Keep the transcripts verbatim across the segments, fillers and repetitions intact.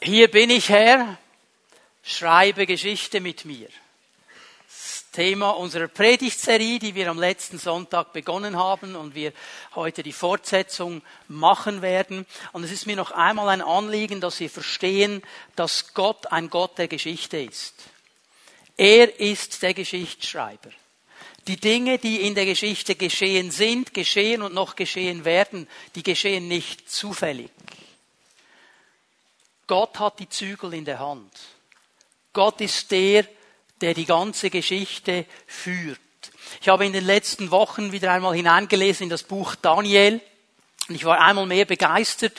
Hier bin ich, Herr, schreibe Geschichte mit mir. Das Thema unserer Predigtserie, die wir am letzten Sonntag begonnen haben und wir heute die Fortsetzung machen werden. Und es ist mir noch einmal ein Anliegen, dass wir verstehen, dass Gott ein Gott der Geschichte ist. Er ist der Geschichtsschreiber. Die Dinge, die in der Geschichte geschehen sind, geschehen und noch geschehen werden, die geschehen nicht zufällig. Gott hat die Zügel in der Hand. Gott ist der, der die ganze Geschichte führt. Ich habe in den letzten Wochen wieder einmal hineingelesen in das Buch Daniel. Und ich war einmal mehr begeistert,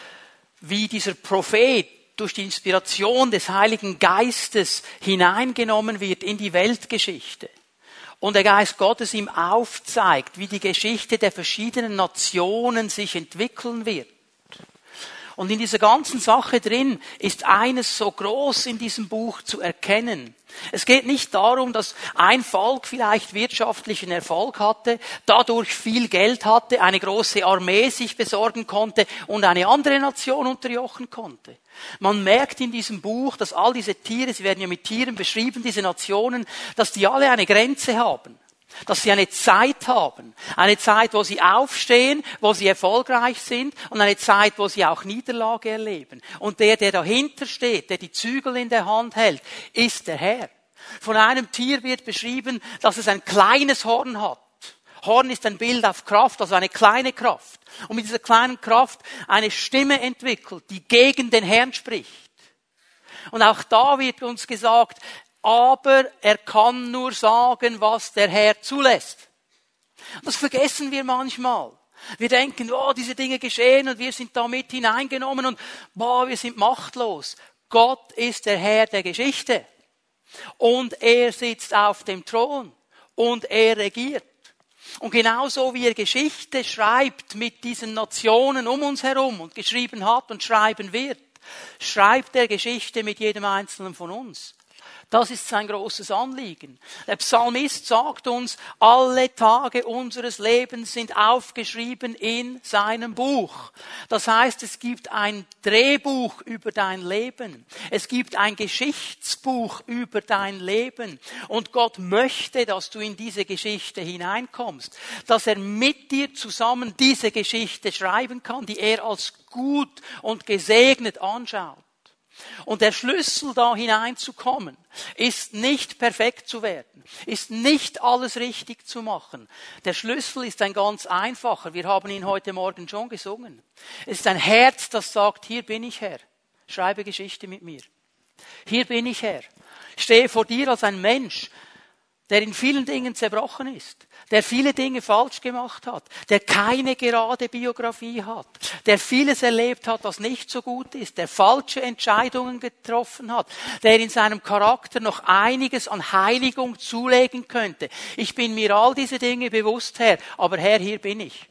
wie dieser Prophet durch die Inspiration des Heiligen Geistes hineingenommen wird in die Weltgeschichte. Und der Geist Gottes ihm aufzeigt, wie die Geschichte der verschiedenen Nationen sich entwickeln wird. Und in dieser ganzen Sache drin ist eines so groß in diesem Buch zu erkennen. Es geht nicht darum, dass ein Volk vielleicht wirtschaftlichen Erfolg hatte, dadurch viel Geld hatte, eine große Armee sich besorgen konnte und eine andere Nation unterjochen konnte. Man merkt in diesem Buch, dass all diese Tiere, sie werden ja mit Tieren beschrieben, diese Nationen, dass die alle eine Grenze haben. Dass sie eine Zeit haben. Eine Zeit, wo sie aufstehen, wo sie erfolgreich sind und eine Zeit, wo sie auch Niederlage erleben. Und der, der dahinter steht, der die Zügel in der Hand hält, ist der Herr. Von einem Tier wird beschrieben, dass es ein kleines Horn hat. Horn ist ein Bild auf Kraft, also eine kleine Kraft. Und mit dieser kleinen Kraft eine Stimme entwickelt, die gegen den Herrn spricht. Und auch da wird uns gesagt, aber er kann nur sagen, was der Herr zulässt. Das vergessen wir manchmal. Wir denken, oh, diese Dinge geschehen und wir sind da mit hineingenommen und boah, wir sind machtlos. Gott ist der Herr der Geschichte. Und er sitzt auf dem Thron und er regiert. Und genauso wie er Geschichte schreibt mit diesen Nationen um uns herum und geschrieben hat und schreiben wird, schreibt er Geschichte mit jedem Einzelnen von uns. Das ist sein großes Anliegen. Der Psalmist sagt uns, alle Tage unseres Lebens sind aufgeschrieben in seinem Buch. Das heißt, es gibt ein Drehbuch über dein Leben. Es gibt ein Geschichtsbuch über dein Leben. Und Gott möchte, dass du in diese Geschichte hineinkommst. Dass er mit dir zusammen diese Geschichte schreiben kann, die er als gut und gesegnet anschaut. Und der Schlüssel, da hineinzukommen, ist nicht perfekt zu werden, ist nicht alles richtig zu machen. Der Schlüssel ist ein ganz einfacher. Wir haben ihn heute Morgen schon gesungen. Es ist ein Herz, das sagt, hier bin ich Herr, schreibe Geschichte mit mir. Hier bin ich Herr. Ich stehe vor dir als ein Mensch, der in vielen Dingen zerbrochen ist, der viele Dinge falsch gemacht hat, der keine gerade Biografie hat, der vieles erlebt hat, was nicht so gut ist, der falsche Entscheidungen getroffen hat, der in seinem Charakter noch einiges an Heiligung zulegen könnte. Ich bin mir all diese Dinge bewusst, Herr, aber Herr, hier bin ich.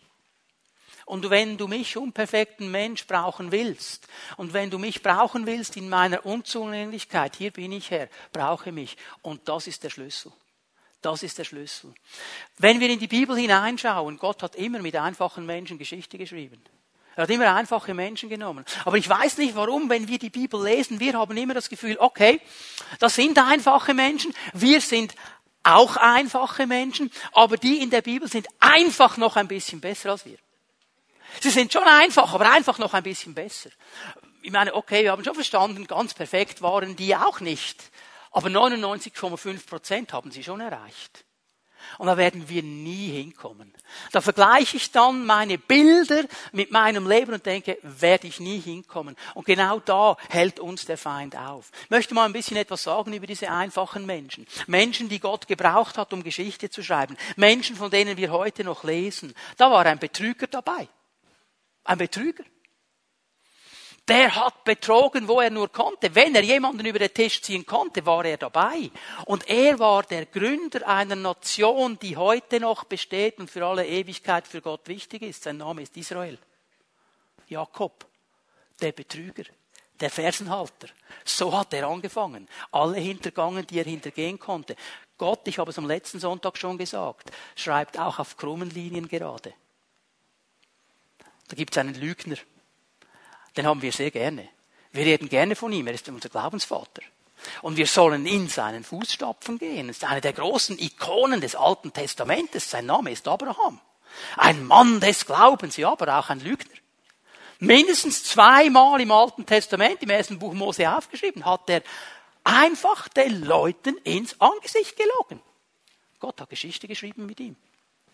Und wenn du mich, unperfekten Mensch, brauchen willst, und wenn du mich brauchen willst in meiner Unzulänglichkeit, hier bin ich, Herr, brauche mich. Und das ist der Schlüssel. Das ist der Schlüssel. Wenn wir in die Bibel hineinschauen, Gott hat immer mit einfachen Menschen Geschichte geschrieben. Er hat immer einfache Menschen genommen. Aber ich weiß nicht warum, wenn wir die Bibel lesen, wir haben immer das Gefühl, okay, das sind einfache Menschen, wir sind auch einfache Menschen, aber die in der Bibel sind einfach noch ein bisschen besser als wir. Sie sind schon einfach, aber einfach noch ein bisschen besser. Ich meine, okay, wir haben schon verstanden, ganz perfekt waren die auch nicht. Aber neunundneunzig Komma fünf Prozent haben sie schon erreicht. Und da werden wir nie hinkommen. Da vergleiche ich dann meine Bilder mit meinem Leben und denke, werde ich nie hinkommen. Und genau da hält uns der Feind auf. Ich möchte mal ein bisschen etwas sagen über diese einfachen Menschen. Menschen, die Gott gebraucht hat, um Geschichte zu schreiben. Menschen, von denen wir heute noch lesen. Da war ein Betrüger dabei. Ein Betrüger. Der hat betrogen, wo er nur konnte. Wenn er jemanden über den Tisch ziehen konnte, war er dabei. Und er war der Gründer einer Nation, die heute noch besteht und für alle Ewigkeit für Gott wichtig ist. Sein Name ist Israel. Jakob, der Betrüger, der Fersenhalter. So hat er angefangen. Alle hintergangen, die er hintergehen konnte. Gott, ich habe es am letzten Sonntag schon gesagt, schreibt auch auf krummen Linien gerade. Da gibt es einen Lügner. Den haben wir sehr gerne. Wir reden gerne von ihm, er ist unser Glaubensvater. Und wir sollen in seinen Fußstapfen gehen. Er ist eine der großen Ikonen des Alten Testamentes. Sein Name ist Abraham. Ein Mann des Glaubens, ja, aber auch ein Lügner. Mindestens zweimal im Alten Testament, im ersten Buch Mose aufgeschrieben, hat er einfach den Leuten ins Angesicht gelogen. Gott hat Geschichte geschrieben mit ihm.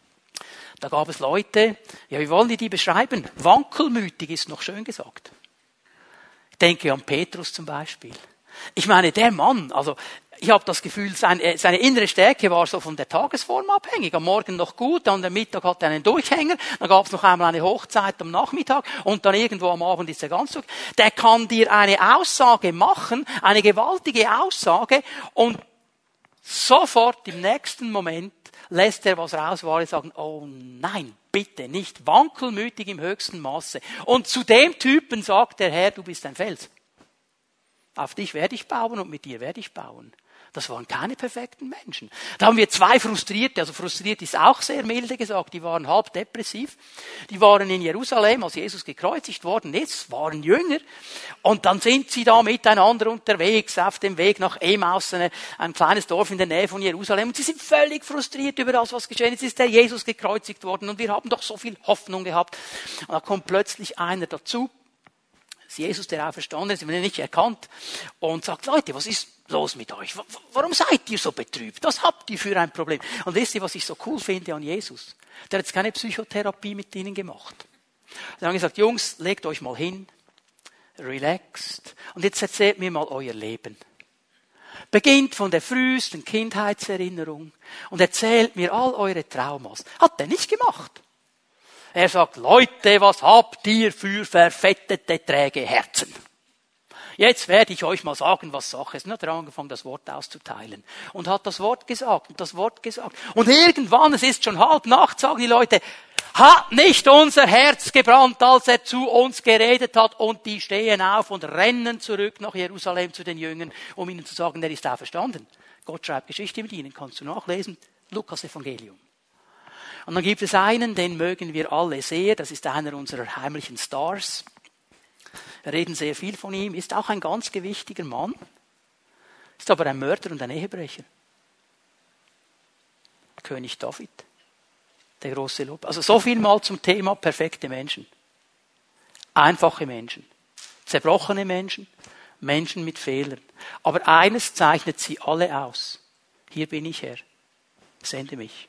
Da gab es Leute, ja, wie wollen die die beschreiben? Wankelmütig ist noch schön gesagt. Ich denke an Petrus zum Beispiel. Ich meine, der Mann, also ich habe das Gefühl, seine, seine innere Stärke war so von der Tagesform abhängig. Am Morgen noch gut, dann am Mittag hat er einen Durchhänger, dann gab es noch einmal eine Hochzeit am Nachmittag und dann irgendwo am Abend ist er ganz durch. Der kann dir eine Aussage machen, eine gewaltige Aussage und sofort im nächsten Moment lässt er was raus, wo alle sagen, oh nein, bitte nicht, wankelmütig im höchsten Maße. Und zu dem Typen sagt der Herr, du bist ein Fels. Auf dich werde ich bauen und mit dir werde ich bauen. Das waren keine perfekten Menschen. Da haben wir zwei Frustrierte, also frustriert ist auch sehr milde gesagt, die waren halb depressiv. Die waren in Jerusalem, als Jesus gekreuzigt worden ist, waren Jünger. Und dann sind sie da miteinander unterwegs auf dem Weg nach Emmaus, eine, ein kleines Dorf in der Nähe von Jerusalem. Und sie sind völlig frustriert über das, was geschehen ist. Jetzt ist der Jesus gekreuzigt worden und wir haben doch so viel Hoffnung gehabt. Und da kommt plötzlich einer dazu. Das ist Jesus, der auferstanden ist, wir haben ihn nicht erkannt, und sagt, Leute, was ist los mit euch? Warum seid ihr so betrübt? Was habt ihr für ein Problem? Und wisst ihr, was ich so cool finde an Jesus? Der hat jetzt keine Psychotherapie mit ihnen gemacht. Er hat gesagt, Jungs, legt euch mal hin, relaxed, und jetzt erzählt mir mal euer Leben. Beginnt von der frühesten Kindheitserinnerung und erzählt mir all eure Traumas. Hat er nicht gemacht. Er sagt, Leute, was habt ihr für verfettete, träge Herzen? Jetzt werde ich euch mal sagen, was Sache ist. Und hat er angefangen, das Wort auszuteilen. Und hat das Wort gesagt und das Wort gesagt. Und irgendwann, es ist schon halb Nacht, sagen die Leute, hat nicht unser Herz gebrannt, als er zu uns geredet hat? Und die stehen auf und rennen zurück nach Jerusalem zu den Jüngern, um ihnen zu sagen, er ist auferstanden. Gott schreibt Geschichte mit ihnen, kannst du nachlesen. Lukas Evangelium. Und dann gibt es einen, den mögen wir alle sehr, das ist einer unserer heimlichen Stars. Wir reden sehr viel von ihm, ist auch ein ganz gewichtiger Mann, ist aber ein Mörder und ein Ehebrecher. König David, der große Lob. Also so viel mal zum Thema perfekte Menschen. Einfache Menschen, zerbrochene Menschen, Menschen mit Fehlern. Aber eines zeichnet sie alle aus. Hier bin ich, Herr, sende mich.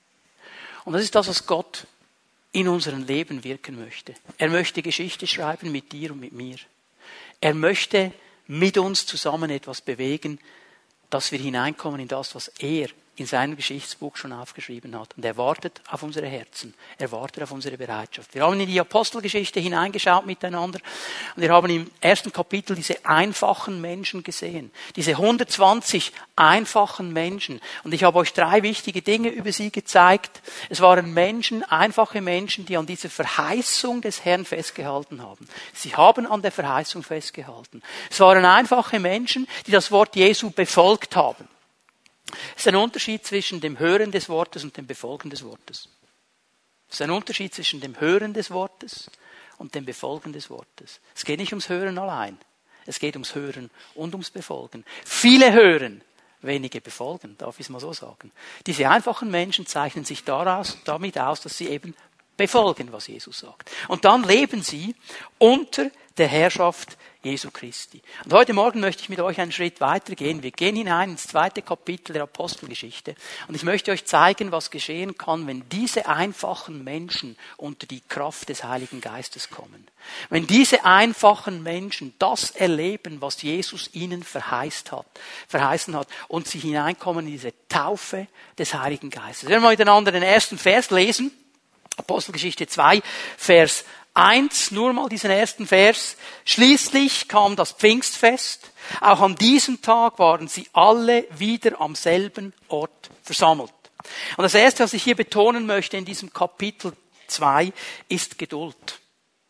Und das ist das, was Gott in unserem Leben wirken möchte. Er möchte Geschichte schreiben mit dir und mit mir. Er möchte mit uns zusammen etwas bewegen, dass wir hineinkommen in das, was er in seinem Geschichtsbuch schon aufgeschrieben hat. Und er wartet auf unsere Herzen. Er wartet auf unsere Bereitschaft. Wir haben in die Apostelgeschichte hineingeschaut miteinander. Und wir haben im ersten Kapitel diese einfachen Menschen gesehen. Diese hundertzwanzig einfachen Menschen. Und ich habe euch drei wichtige Dinge über sie gezeigt. Es waren Menschen, einfache Menschen, die an dieser Verheißung des Herrn festgehalten haben. Sie haben an der Verheißung festgehalten. Es waren einfache Menschen, die das Wort Jesu befolgt haben. Es ist ein Unterschied zwischen dem Hören des Wortes und dem Befolgen des Wortes. Es ist ein Unterschied zwischen dem Hören des Wortes und dem Befolgen des Wortes. Es geht nicht ums Hören allein. Es geht ums Hören und ums Befolgen. Viele hören, wenige befolgen, darf ich es mal so sagen. Diese einfachen Menschen zeichnen sich daraus, damit aus, dass sie eben befolgen, was Jesus sagt. Und dann leben sie unter der Herrschaft Jesu Christi. Und heute Morgen möchte ich mit euch einen Schritt weitergehen. Wir gehen hinein ins zweite Kapitel der Apostelgeschichte. Und ich möchte euch zeigen, was geschehen kann, wenn diese einfachen Menschen unter die Kraft des Heiligen Geistes kommen. Wenn diese einfachen Menschen das erleben, was Jesus ihnen verheißt hat, verheißen hat, und sie hineinkommen in diese Taufe des Heiligen Geistes. Wir werden mal miteinander den ersten Vers lesen. Apostelgeschichte zwei, Vers eins, nur mal diesen ersten Vers. Schließlich kam das Pfingstfest. Auch an diesem Tag waren sie alle wieder am selben Ort versammelt. Und das Erste, was ich hier betonen möchte in diesem Kapitel zwei, ist Geduld.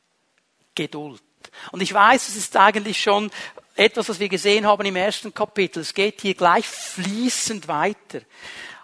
Geduld. Und ich weiß, es ist eigentlich schon etwas, was wir gesehen haben im ersten Kapitel. Es geht hier gleich fließend weiter.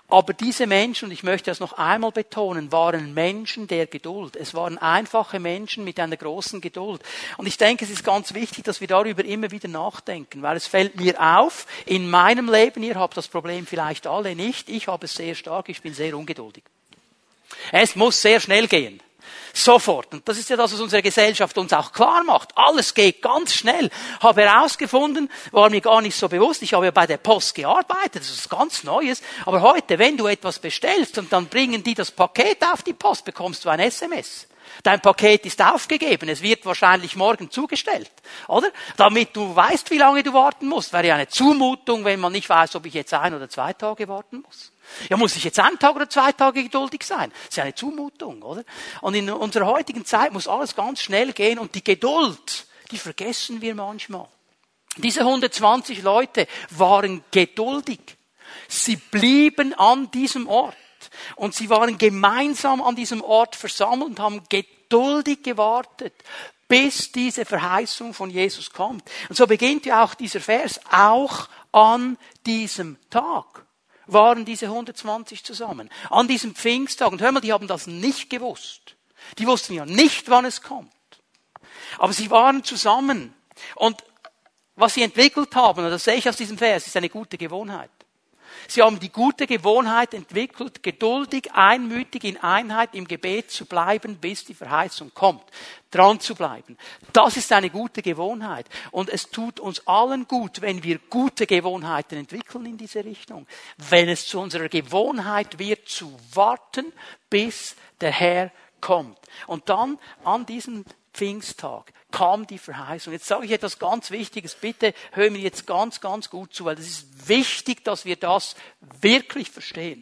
Aber diese Menschen, und ich möchte das noch einmal betonen, waren Menschen der Geduld. Es waren einfache Menschen mit einer großen Geduld. Und ich denke, es ist ganz wichtig, dass wir darüber immer wieder nachdenken, weil es fällt mir auf, in meinem Leben, ihr habt das Problem vielleicht alle nicht, ich habe es sehr stark, ich bin sehr ungeduldig. Es muss sehr schnell gehen. Sofort. Und das ist ja das, was unsere Gesellschaft uns auch klar macht. Alles geht ganz schnell. Habe herausgefunden, war mir gar nicht so bewusst. Ich habe ja bei der Post gearbeitet. Das ist ganz Neues. Aber heute, wenn du etwas bestellst und dann bringen die das Paket auf die Post, bekommst du ein S M S. Dein Paket ist aufgegeben. Es wird wahrscheinlich morgen zugestellt. Oder? Damit du weißt, wie lange du warten musst. Wäre ja eine Zumutung, wenn man nicht weiß, ob ich jetzt ein oder zwei Tage warten muss. Ja, muss ich jetzt einen Tag oder zwei Tage geduldig sein? Das ist ja eine Zumutung, oder? Und in unserer heutigen Zeit muss alles ganz schnell gehen und die Geduld, die vergessen wir manchmal. Diese hundertzwanzig Leute waren geduldig. Sie blieben an diesem Ort und sie waren gemeinsam an diesem Ort versammelt und haben geduldig gewartet, bis diese Verheißung von Jesus kommt. Und so beginnt ja auch dieser Vers, auch an diesem Tag waren diese hundertzwanzig zusammen. An diesem Pfingsttag. Und hör mal, die haben das nicht gewusst. Die wussten ja nicht, wann es kommt. Aber sie waren zusammen. Und was sie entwickelt haben, und das sehe ich aus diesem Vers, ist eine gute Gewohnheit. Sie haben die gute Gewohnheit entwickelt, geduldig, einmütig in Einheit im Gebet zu bleiben, bis die Verheißung kommt. Dran zu bleiben. Das ist eine gute Gewohnheit. Und es tut uns allen gut, wenn wir gute Gewohnheiten entwickeln in diese Richtung. Wenn es zu unserer Gewohnheit wird, zu warten, bis der Herr kommt. Und dann an diesem Pfingsttag kam die Verheißung. Jetzt sage ich etwas ganz Wichtiges. Bitte hör mir jetzt ganz, ganz gut zu, weil es ist wichtig, dass wir das wirklich verstehen.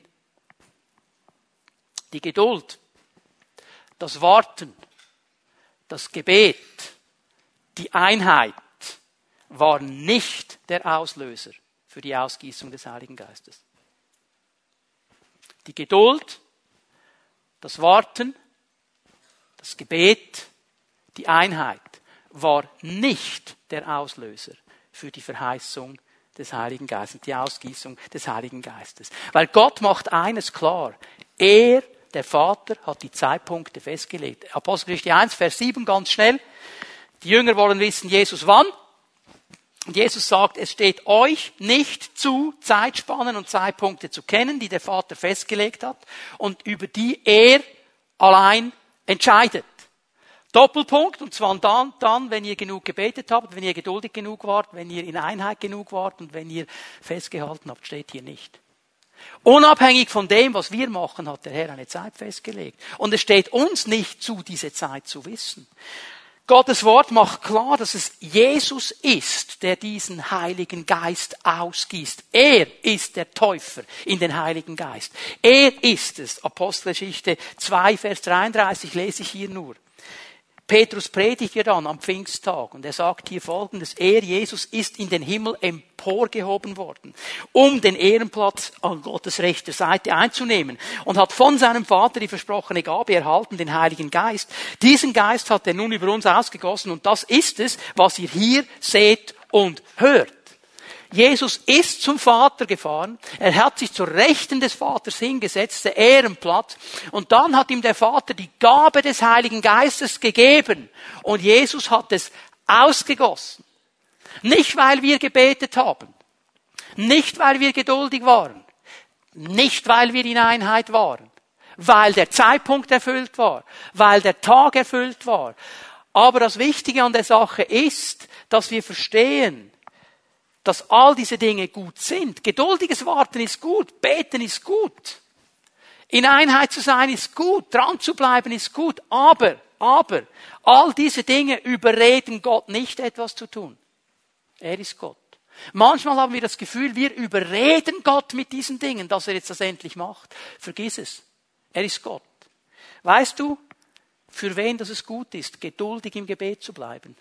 Die Geduld, das Warten, das Gebet, die Einheit waren nicht der Auslöser für die Ausgießung des Heiligen Geistes. Die Geduld, das Warten, das Gebet, die Einheit war nicht der Auslöser für die Verheißung des Heiligen Geistes, die Ausgießung des Heiligen Geistes. Weil Gott macht eines klar. Er, der Vater, hat die Zeitpunkte festgelegt. Apostelgeschichte eins, Vers sieben, ganz schnell. Die Jünger wollen wissen, Jesus wann? Und Jesus sagt, es steht euch nicht zu, Zeitspannen und Zeitpunkte zu kennen, die der Vater festgelegt hat und über die er allein entscheidet. Doppelpunkt, und zwar dann, dann, wenn ihr genug gebetet habt, wenn ihr geduldig genug wart, wenn ihr in Einheit genug wart und wenn ihr festgehalten habt, steht hier nicht. Unabhängig von dem, was wir machen, hat der Herr eine Zeit festgelegt. Und es steht uns nicht zu, diese Zeit zu wissen. Gottes Wort macht klar, dass es Jesus ist, der diesen Heiligen Geist ausgießt. Er ist der Täufer in den Heiligen Geist. Er ist es. Apostelgeschichte zwei, Vers dreiunddreißig lese ich hier nur. Petrus predigt ja dann am Pfingsttag und er sagt hier Folgendes: Er, Jesus, ist in den Himmel emporgehoben worden, um den Ehrenplatz an Gottes rechter Seite einzunehmen und hat von seinem Vater die versprochene Gabe erhalten, den Heiligen Geist. Diesen Geist hat er nun über uns ausgegossen und das ist es, was ihr hier seht und hört. Jesus ist zum Vater gefahren, er hat sich zur Rechten des Vaters hingesetzt, der Ehrenplatz, und dann hat ihm der Vater die Gabe des Heiligen Geistes gegeben und Jesus hat es ausgegossen. Nicht, weil wir gebetet haben, nicht, weil wir geduldig waren, nicht, weil wir in Einheit waren, weil der Zeitpunkt erfüllt war, weil der Tag erfüllt war. Aber das Wichtige an der Sache ist, dass wir verstehen, dass all diese Dinge gut sind. Geduldiges Warten ist gut, beten ist gut. In Einheit zu sein ist gut, dran zu bleiben ist gut, aber, aber, all diese Dinge überreden Gott nicht, etwas zu tun. Er ist Gott. Manchmal haben wir das Gefühl, wir überreden Gott mit diesen Dingen, dass er jetzt das endlich macht. Vergiss es. Er ist Gott. Weißt du, für wen das es gut ist, geduldig im Gebet zu bleiben?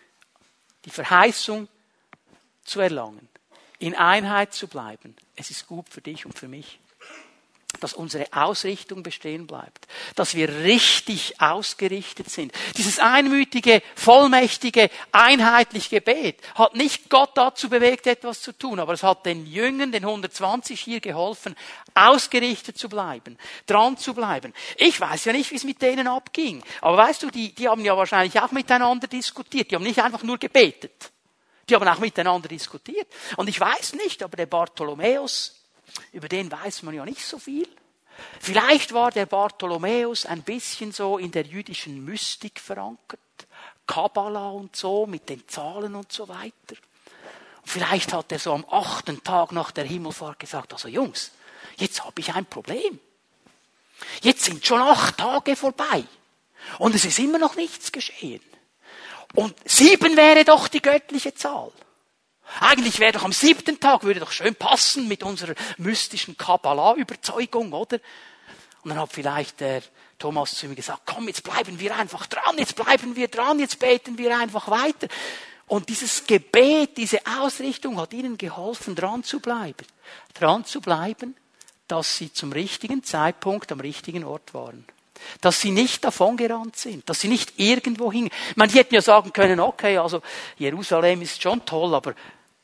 Die Verheißung zu erlangen, in Einheit zu bleiben. Es ist gut für dich und für mich. dass unsere Ausrichtung bestehen bleibt, dass wir richtig ausgerichtet sind. Dieses einmütige, vollmächtige, einheitliche Gebet hat nicht Gott dazu bewegt, etwas zu tun, aber es hat den Jüngern, den hundertzwanzig hier geholfen, ausgerichtet zu bleiben, dran zu bleiben. Ich weiß ja nicht, wie es mit denen abging, aber weißt du, die, die haben ja wahrscheinlich auch miteinander diskutiert, die haben nicht einfach nur gebetet, die haben auch miteinander diskutiert. Und ich weiß nicht, aber der Bartholomäus, über den weiß man ja nicht so viel. Vielleicht war der Bartholomäus ein bisschen so in der jüdischen Mystik verankert. Kabbala und so, mit den Zahlen und so weiter. Und vielleicht hat er so am achten Tag nach der Himmelfahrt gesagt, also Jungs, jetzt habe ich ein Problem. Jetzt sind schon acht Tage vorbei. Und es ist immer noch nichts geschehen. Und sieben wäre doch die göttliche Zahl. Eigentlich wäre doch am siebten Tag, würde doch schön passen mit unserer mystischen Kabbalah-Überzeugung, oder? Und dann hat vielleicht der Thomas zu mir gesagt, komm, jetzt bleiben wir einfach dran, jetzt bleiben wir dran, jetzt beten wir einfach weiter. Und dieses Gebet, diese Ausrichtung hat ihnen geholfen, dran zu bleiben. Dran zu bleiben, dass sie zum richtigen Zeitpunkt am richtigen Ort waren. Dass sie nicht davongerannt sind, dass sie nicht irgendwo hingen. Ich meine, die hätten ja sagen können, okay, also Jerusalem ist schon toll, aber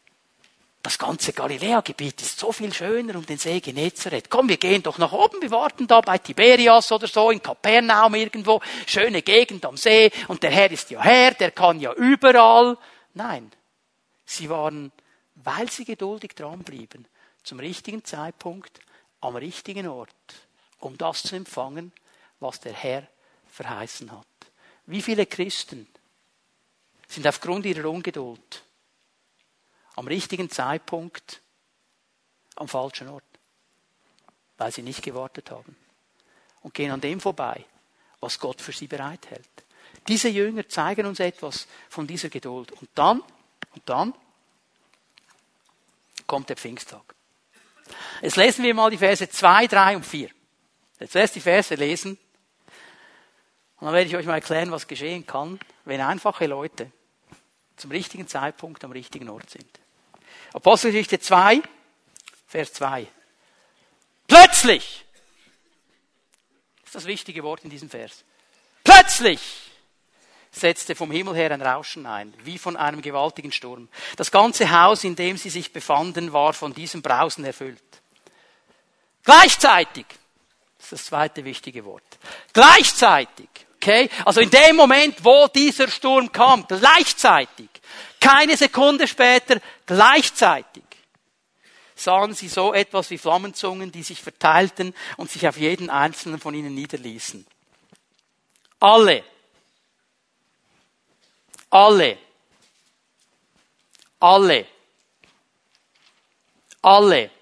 das ganze Galiläa-Gebiet ist so viel schöner um den See Genezareth. Komm, wir gehen doch nach oben, wir warten da bei Tiberias oder so, in Kapernaum irgendwo, schöne Gegend am See, und der Herr ist ja Herr, der kann ja überall. Nein, sie waren, weil sie geduldig dranblieben, zum richtigen Zeitpunkt, am richtigen Ort, um das zu empfangen, was der Herr verheißen hat. Wie viele Christen sind aufgrund ihrer Ungeduld am richtigen Zeitpunkt am falschen Ort, weil sie nicht gewartet haben und gehen an dem vorbei, was Gott für sie bereithält. Diese Jünger zeigen uns etwas von dieser Geduld. Und dann, und dann kommt der Pfingsttag. Jetzt lesen wir mal die Verse zwei, drei und vier. Jetzt erst die Verse lesen. Und dann werde ich euch mal erklären, was geschehen kann, wenn einfache Leute zum richtigen Zeitpunkt am richtigen Ort sind. Apostelgeschichte zwei, Vers zwei. Plötzlich! Das ist das wichtige Wort in diesem Vers. Plötzlich setzte vom Himmel her ein Rauschen ein, wie von einem gewaltigen Sturm. Das ganze Haus, in dem sie sich befanden, war von diesem Brausen erfüllt. Gleichzeitig! Das ist das zweite wichtige Wort. Gleichzeitig! Okay? Also in dem Moment, wo dieser Sturm kam, gleichzeitig, keine Sekunde später, gleichzeitig, sahen sie so etwas wie Flammenzungen, die sich verteilten und sich auf jeden einzelnen von ihnen niederließen. Alle, alle, alle, alle,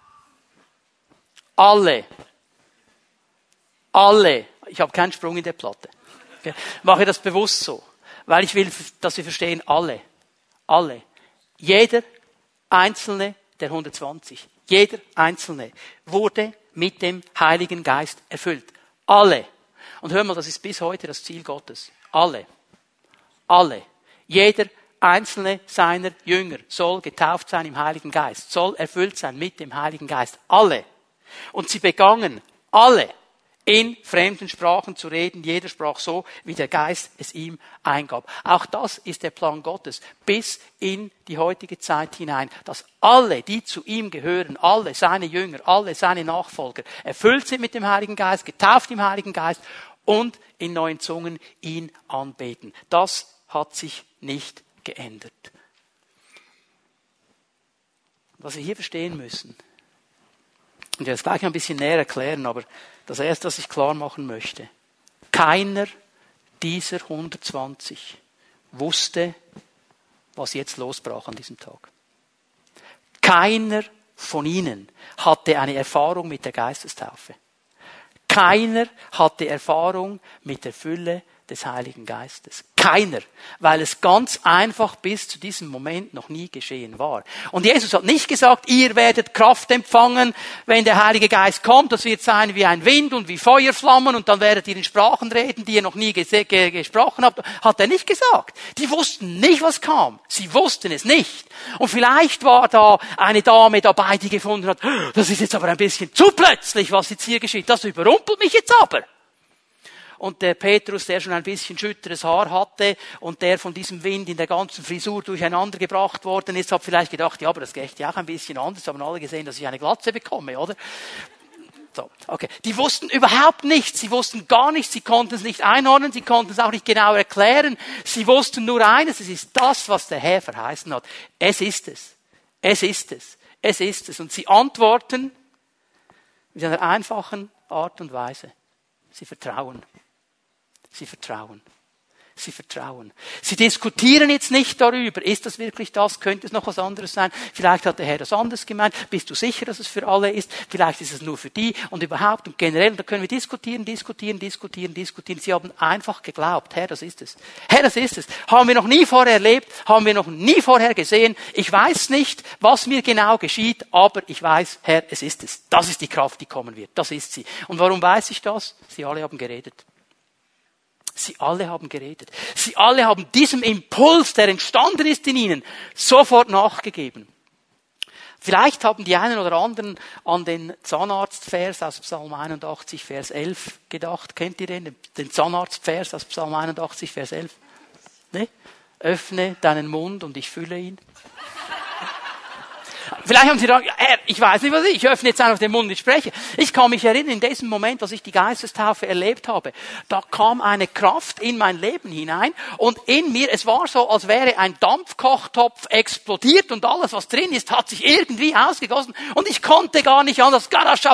alle, alle. Ich habe keinen Sprung in der Platte. Okay. Mache das bewusst so, weil ich will, dass wir verstehen, alle, alle, jeder einzelne der hundertzwanzig, jeder einzelne wurde mit dem Heiligen Geist erfüllt. Alle. Und hör mal, das ist bis heute das Ziel Gottes. Alle. Alle. Jeder einzelne seiner Jünger soll getauft sein im Heiligen Geist, soll erfüllt sein mit dem Heiligen Geist. Alle. Und sie begannen, alle, in fremden Sprachen zu reden. Jeder sprach so, wie der Geist es ihm eingab. Auch das ist der Plan Gottes bis in die heutige Zeit hinein, dass alle, die zu ihm gehören, alle seine Jünger, alle seine Nachfolger, erfüllt sind mit dem Heiligen Geist, getauft im Heiligen Geist und in neuen Zungen ihn anbeten. Das hat sich nicht geändert. Was wir hier verstehen müssen, und ich werde es gleich ein bisschen näher erklären, aber das erste, was ich klar machen möchte: Keiner dieser hundertzwanzig wusste, was jetzt losbrach an diesem Tag. Keiner von ihnen hatte eine Erfahrung mit der Geistestaufe. Keiner hatte Erfahrung mit der Fülle des Heiligen Geistes. Keiner, weil es ganz einfach bis zu diesem Moment noch nie geschehen war. Und Jesus hat nicht gesagt, ihr werdet Kraft empfangen, wenn der Heilige Geist kommt. Das wird sein wie ein Wind und wie Feuerflammen und dann werdet ihr in Sprachen reden, die ihr noch nie ges- ge- gesprochen habt. Hat er nicht gesagt. Die wussten nicht, was kam. Sie wussten es nicht. Und vielleicht war da eine Dame dabei, die gefunden hat, das ist jetzt aber ein bisschen zu plötzlich, was jetzt hier geschieht. Das überrumpelt mich jetzt aber. Und der Petrus, der schon ein bisschen schütteres Haar hatte und der von diesem Wind in der ganzen Frisur durcheinander gebracht worden ist, hat vielleicht gedacht, ja, aber das geht ja auch ein bisschen anders. Haben alle gesehen, dass ich eine Glatze bekomme, oder? So, okay. Die wussten überhaupt nichts. Sie wussten gar nichts. Sie konnten es nicht einordnen. Sie konnten es auch nicht genau erklären. Sie wussten nur eines. Es ist das, was der Herr verheißen hat. Es ist es. Es ist es. Es ist es. Und sie antworten mit einer einfachen Art und Weise. Sie vertrauen. Sie vertrauen. Sie vertrauen. Sie diskutieren jetzt nicht darüber, ist das wirklich das, könnte es noch was anderes sein, vielleicht hat der Herr das anders gemeint, bist du sicher, dass es für alle ist, vielleicht ist es nur für die und überhaupt und generell, und da können wir diskutieren, diskutieren, diskutieren, diskutieren. Sie haben einfach geglaubt, Herr, das ist es. Herr, das ist es. Haben wir noch nie vorher erlebt, haben wir noch nie vorher gesehen. Ich weiß nicht, was mir genau geschieht, aber ich weiß, Herr, es ist es. Das ist die Kraft, die kommen wird. Das ist sie. Und warum weiß ich das? Sie alle haben geredet. Sie alle haben geredet. Sie alle haben diesem Impuls, der entstanden ist in ihnen, sofort nachgegeben. Vielleicht haben die einen oder anderen an den Zahnarztvers aus Psalm einundachtzig, Vers elf gedacht. Kennt ihr den? Den Zahnarztvers aus Psalm einundachtzig, Vers elf? Ne? Öffne deinen Mund und ich fülle ihn. Vielleicht haben Sie gedacht, Herr, ich weiß nicht, was ich, ich öffne jetzt einfach den Mund und ich spreche. Ich kann mich erinnern, in diesem Moment, als ich die Geistestaufe erlebt habe, da kam eine Kraft in mein Leben hinein und in mir, es war so, als wäre ein Dampfkochtopf explodiert und alles, was drin ist, hat sich irgendwie ausgegossen und ich konnte gar nicht anders.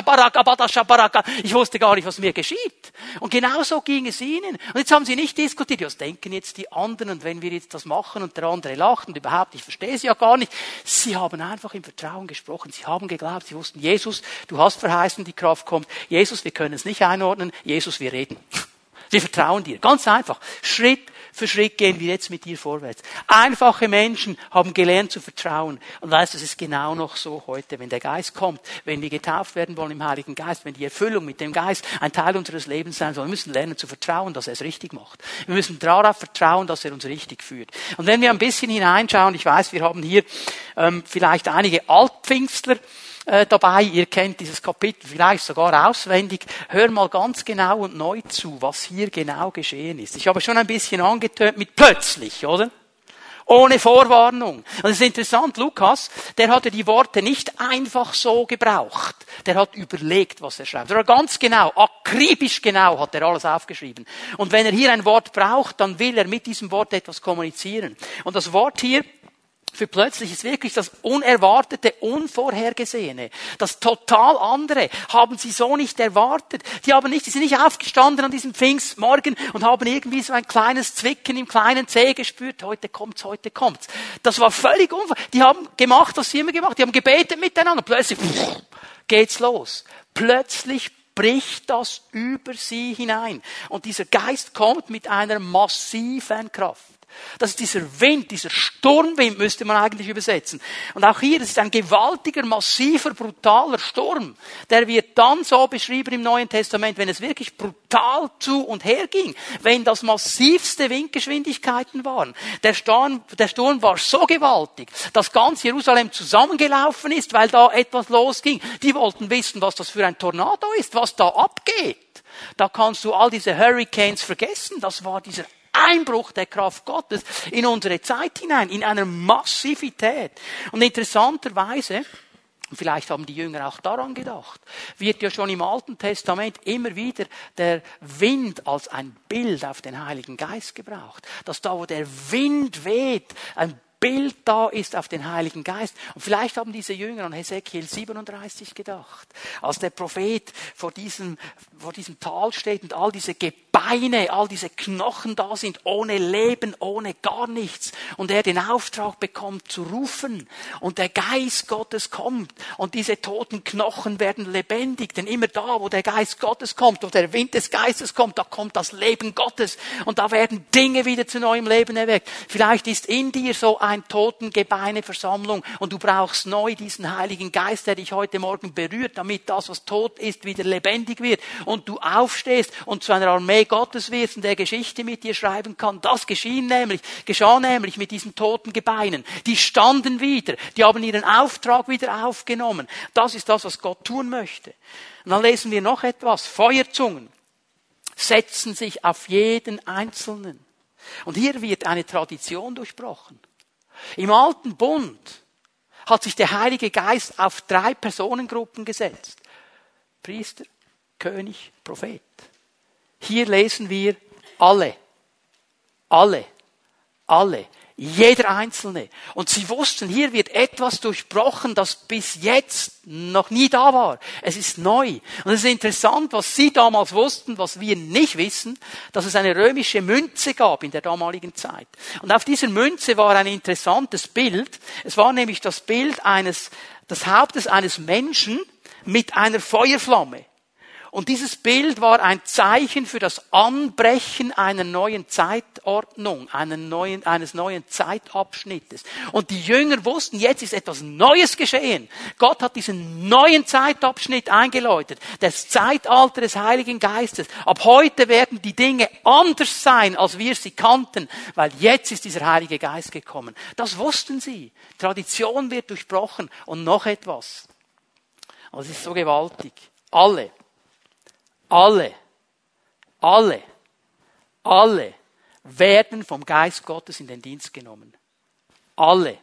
Ich wusste gar nicht, was mir geschieht. Und genau so ging es ihnen. Und jetzt haben sie nicht diskutiert, was denken jetzt die anderen und wenn wir jetzt das machen und der andere lacht und überhaupt, ich verstehe es ja gar nicht. Sie haben einfach im Vertrauen gesprochen. Sie haben geglaubt, sie wussten, Jesus, du hast verheißen, die Kraft kommt. Jesus, wir können es nicht einordnen. Jesus, wir reden. Wir vertrauen dir. Ganz einfach. Schritt für Schritt gehen wir jetzt mit dir vorwärts. Einfache Menschen haben gelernt zu vertrauen. Und weißt du, es ist genau noch so heute, wenn der Geist kommt, wenn wir getauft werden wollen im Heiligen Geist, wenn die Erfüllung mit dem Geist ein Teil unseres Lebens sein soll. Wir müssen lernen zu vertrauen, dass er es richtig macht. Wir müssen darauf vertrauen, dass er uns richtig führt. Und wenn wir ein bisschen hineinschauen, ich weiß, wir haben hier ähm, vielleicht einige Altpfingstler dabei, ihr kennt dieses Kapitel vielleicht sogar auswendig. Hör mal ganz genau und neu zu, was hier genau geschehen ist. Ich habe schon ein bisschen angetönt mit plötzlich, oder? Ohne Vorwarnung. Und es ist interessant, Lukas, der hatte die Worte nicht einfach so gebraucht. Der hat überlegt, was er schreibt. Er hat ganz genau, akribisch genau hat er alles aufgeschrieben. Und wenn er hier ein Wort braucht, dann will er mit diesem Wort etwas kommunizieren. Und das Wort hier für plötzlich ist wirklich das Unerwartete, Unvorhergesehene. Das total andere haben sie so nicht erwartet. Die haben nicht, die sind nicht aufgestanden an diesem Pfingstmorgen und haben irgendwie so ein kleines Zwicken im kleinen Zeh gespürt. Heute kommt's, heute kommt's. Das war völlig unvor. Die haben gemacht, was sie immer gemacht haben. Die haben gebetet miteinander. Plötzlich pff, geht's los. Plötzlich bricht das über sie hinein. Und dieser Geist kommt mit einer massiven Kraft. Das ist dieser Wind, dieser Sturmwind, müsste man eigentlich übersetzen. Und auch hier, das ist ein gewaltiger, massiver, brutaler Sturm. Der wird dann so beschrieben im Neuen Testament, wenn es wirklich brutal zu und her ging. Wenn das massivste Windgeschwindigkeiten waren. Der Sturm, der Sturm war so gewaltig, dass ganz Jerusalem zusammengelaufen ist, weil da etwas losging. Die wollten wissen, was das für ein Tornado ist, was da abgeht. Da kannst du all diese Hurricanes vergessen. Das war dieser Einbruch der Kraft Gottes in unsere Zeit hinein, in einer Massivität. Und interessanterweise, vielleicht haben die Jünger auch daran gedacht, wird ja schon im Alten Testament immer wieder der Wind als ein Bild auf den Heiligen Geist gebraucht. Dass da, wo der Wind weht, ein Bild da ist auf den Heiligen Geist. Und vielleicht haben diese Jünger an Hesekiel siebenunddreißig gedacht, als der Prophet vor diesem, vor diesem Tal steht und all diese Gebeine, all diese Knochen da sind, ohne Leben, ohne gar nichts. Und er den Auftrag bekommt zu rufen. Und der Geist Gottes kommt. Und diese toten Knochen werden lebendig. Denn immer da, wo der Geist Gottes kommt, wo der Wind des Geistes kommt, da kommt das Leben Gottes. Und da werden Dinge wieder zu neuem Leben erweckt. Vielleicht ist in dir so ein Totengebeineversammlung und du brauchst neu diesen Heiligen Geist, der dich heute Morgen berührt, damit das, was tot ist, wieder lebendig wird und du aufstehst und zu einer Armee Gottes wirst und der Geschichte mit dir schreiben kann. Das geschehen nämlich, geschah nämlich mit diesen toten Gebeinen. Die standen wieder, die haben ihren Auftrag wieder aufgenommen. Das ist das, was Gott tun möchte. Und dann lesen wir noch etwas. Feuerzungen setzen sich auf jeden Einzelnen. Und hier wird eine Tradition durchbrochen. Im Alten Bund hat sich der Heilige Geist auf drei Personengruppen gesetzt. Priester, König, Prophet. Hier lesen wir alle. Alle. Alle. Jeder Einzelne. Und sie wussten, hier wird etwas durchbrochen, das bis jetzt noch nie da war. Es ist neu. Und es ist interessant, was sie damals wussten, was wir nicht wissen, dass es eine römische Münze gab in der damaligen Zeit. Und auf dieser Münze war ein interessantes Bild. Es war nämlich das Bild eines, des Hauptes eines Menschen mit einer Feuerflamme. Und dieses Bild war ein Zeichen für das Anbrechen einer neuen Zeitordnung, einer neuen, eines neuen Zeitabschnittes. Und die Jünger wussten, jetzt ist etwas Neues geschehen. Gott hat diesen neuen Zeitabschnitt eingeläutet, das Zeitalter des Heiligen Geistes. Ab heute werden die Dinge anders sein, als wir sie kannten, weil jetzt ist dieser Heilige Geist gekommen. Das wussten sie. Tradition wird durchbrochen. Und noch etwas. Und es ist so gewaltig. Alle. Alle, alle, alle werden vom Geist Gottes in den Dienst genommen. Alle.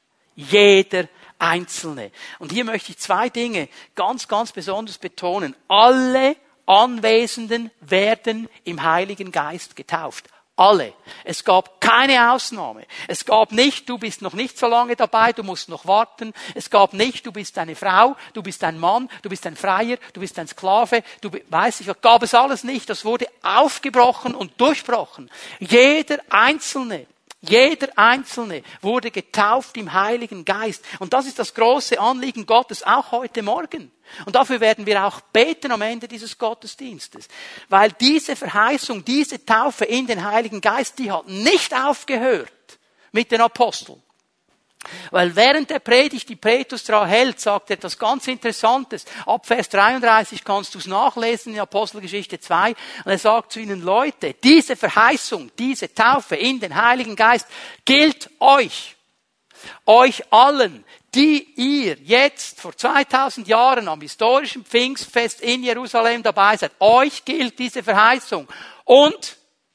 Jeder Einzelne. Und hier möchte ich zwei Dinge ganz, ganz besonders betonen. Alle Anwesenden werden im Heiligen Geist getauft. Alle. Es gab keine Ausnahme. Es gab nicht, du bist noch nicht so lange dabei, du musst noch warten. Es gab nicht, du bist eine Frau, du bist ein Mann, du bist ein Freier, du bist ein Sklave, du weißt nicht, gab es alles nicht. Das wurde aufgebrochen und durchbrochen. Jeder Einzelne, jeder Einzelne wurde getauft im Heiligen Geist. Und das ist das große Anliegen Gottes, auch heute Morgen. Und dafür werden wir auch beten am Ende dieses Gottesdienstes. Weil diese Verheißung, diese Taufe in den Heiligen Geist, die hat nicht aufgehört mit den Aposteln. Weil während der Predigt, die Petrus daran hält, sagt er etwas ganz Interessantes. Ab Vers dreiunddreißig kannst du es nachlesen in Apostelgeschichte zwei. Und er sagt zu ihnen, Leute, diese Verheißung, diese Taufe in den Heiligen Geist gilt euch. Euch allen, die ihr jetzt vor zweitausend Jahren am historischen Pfingstfest in Jerusalem dabei seid. Euch gilt diese Verheißung. Und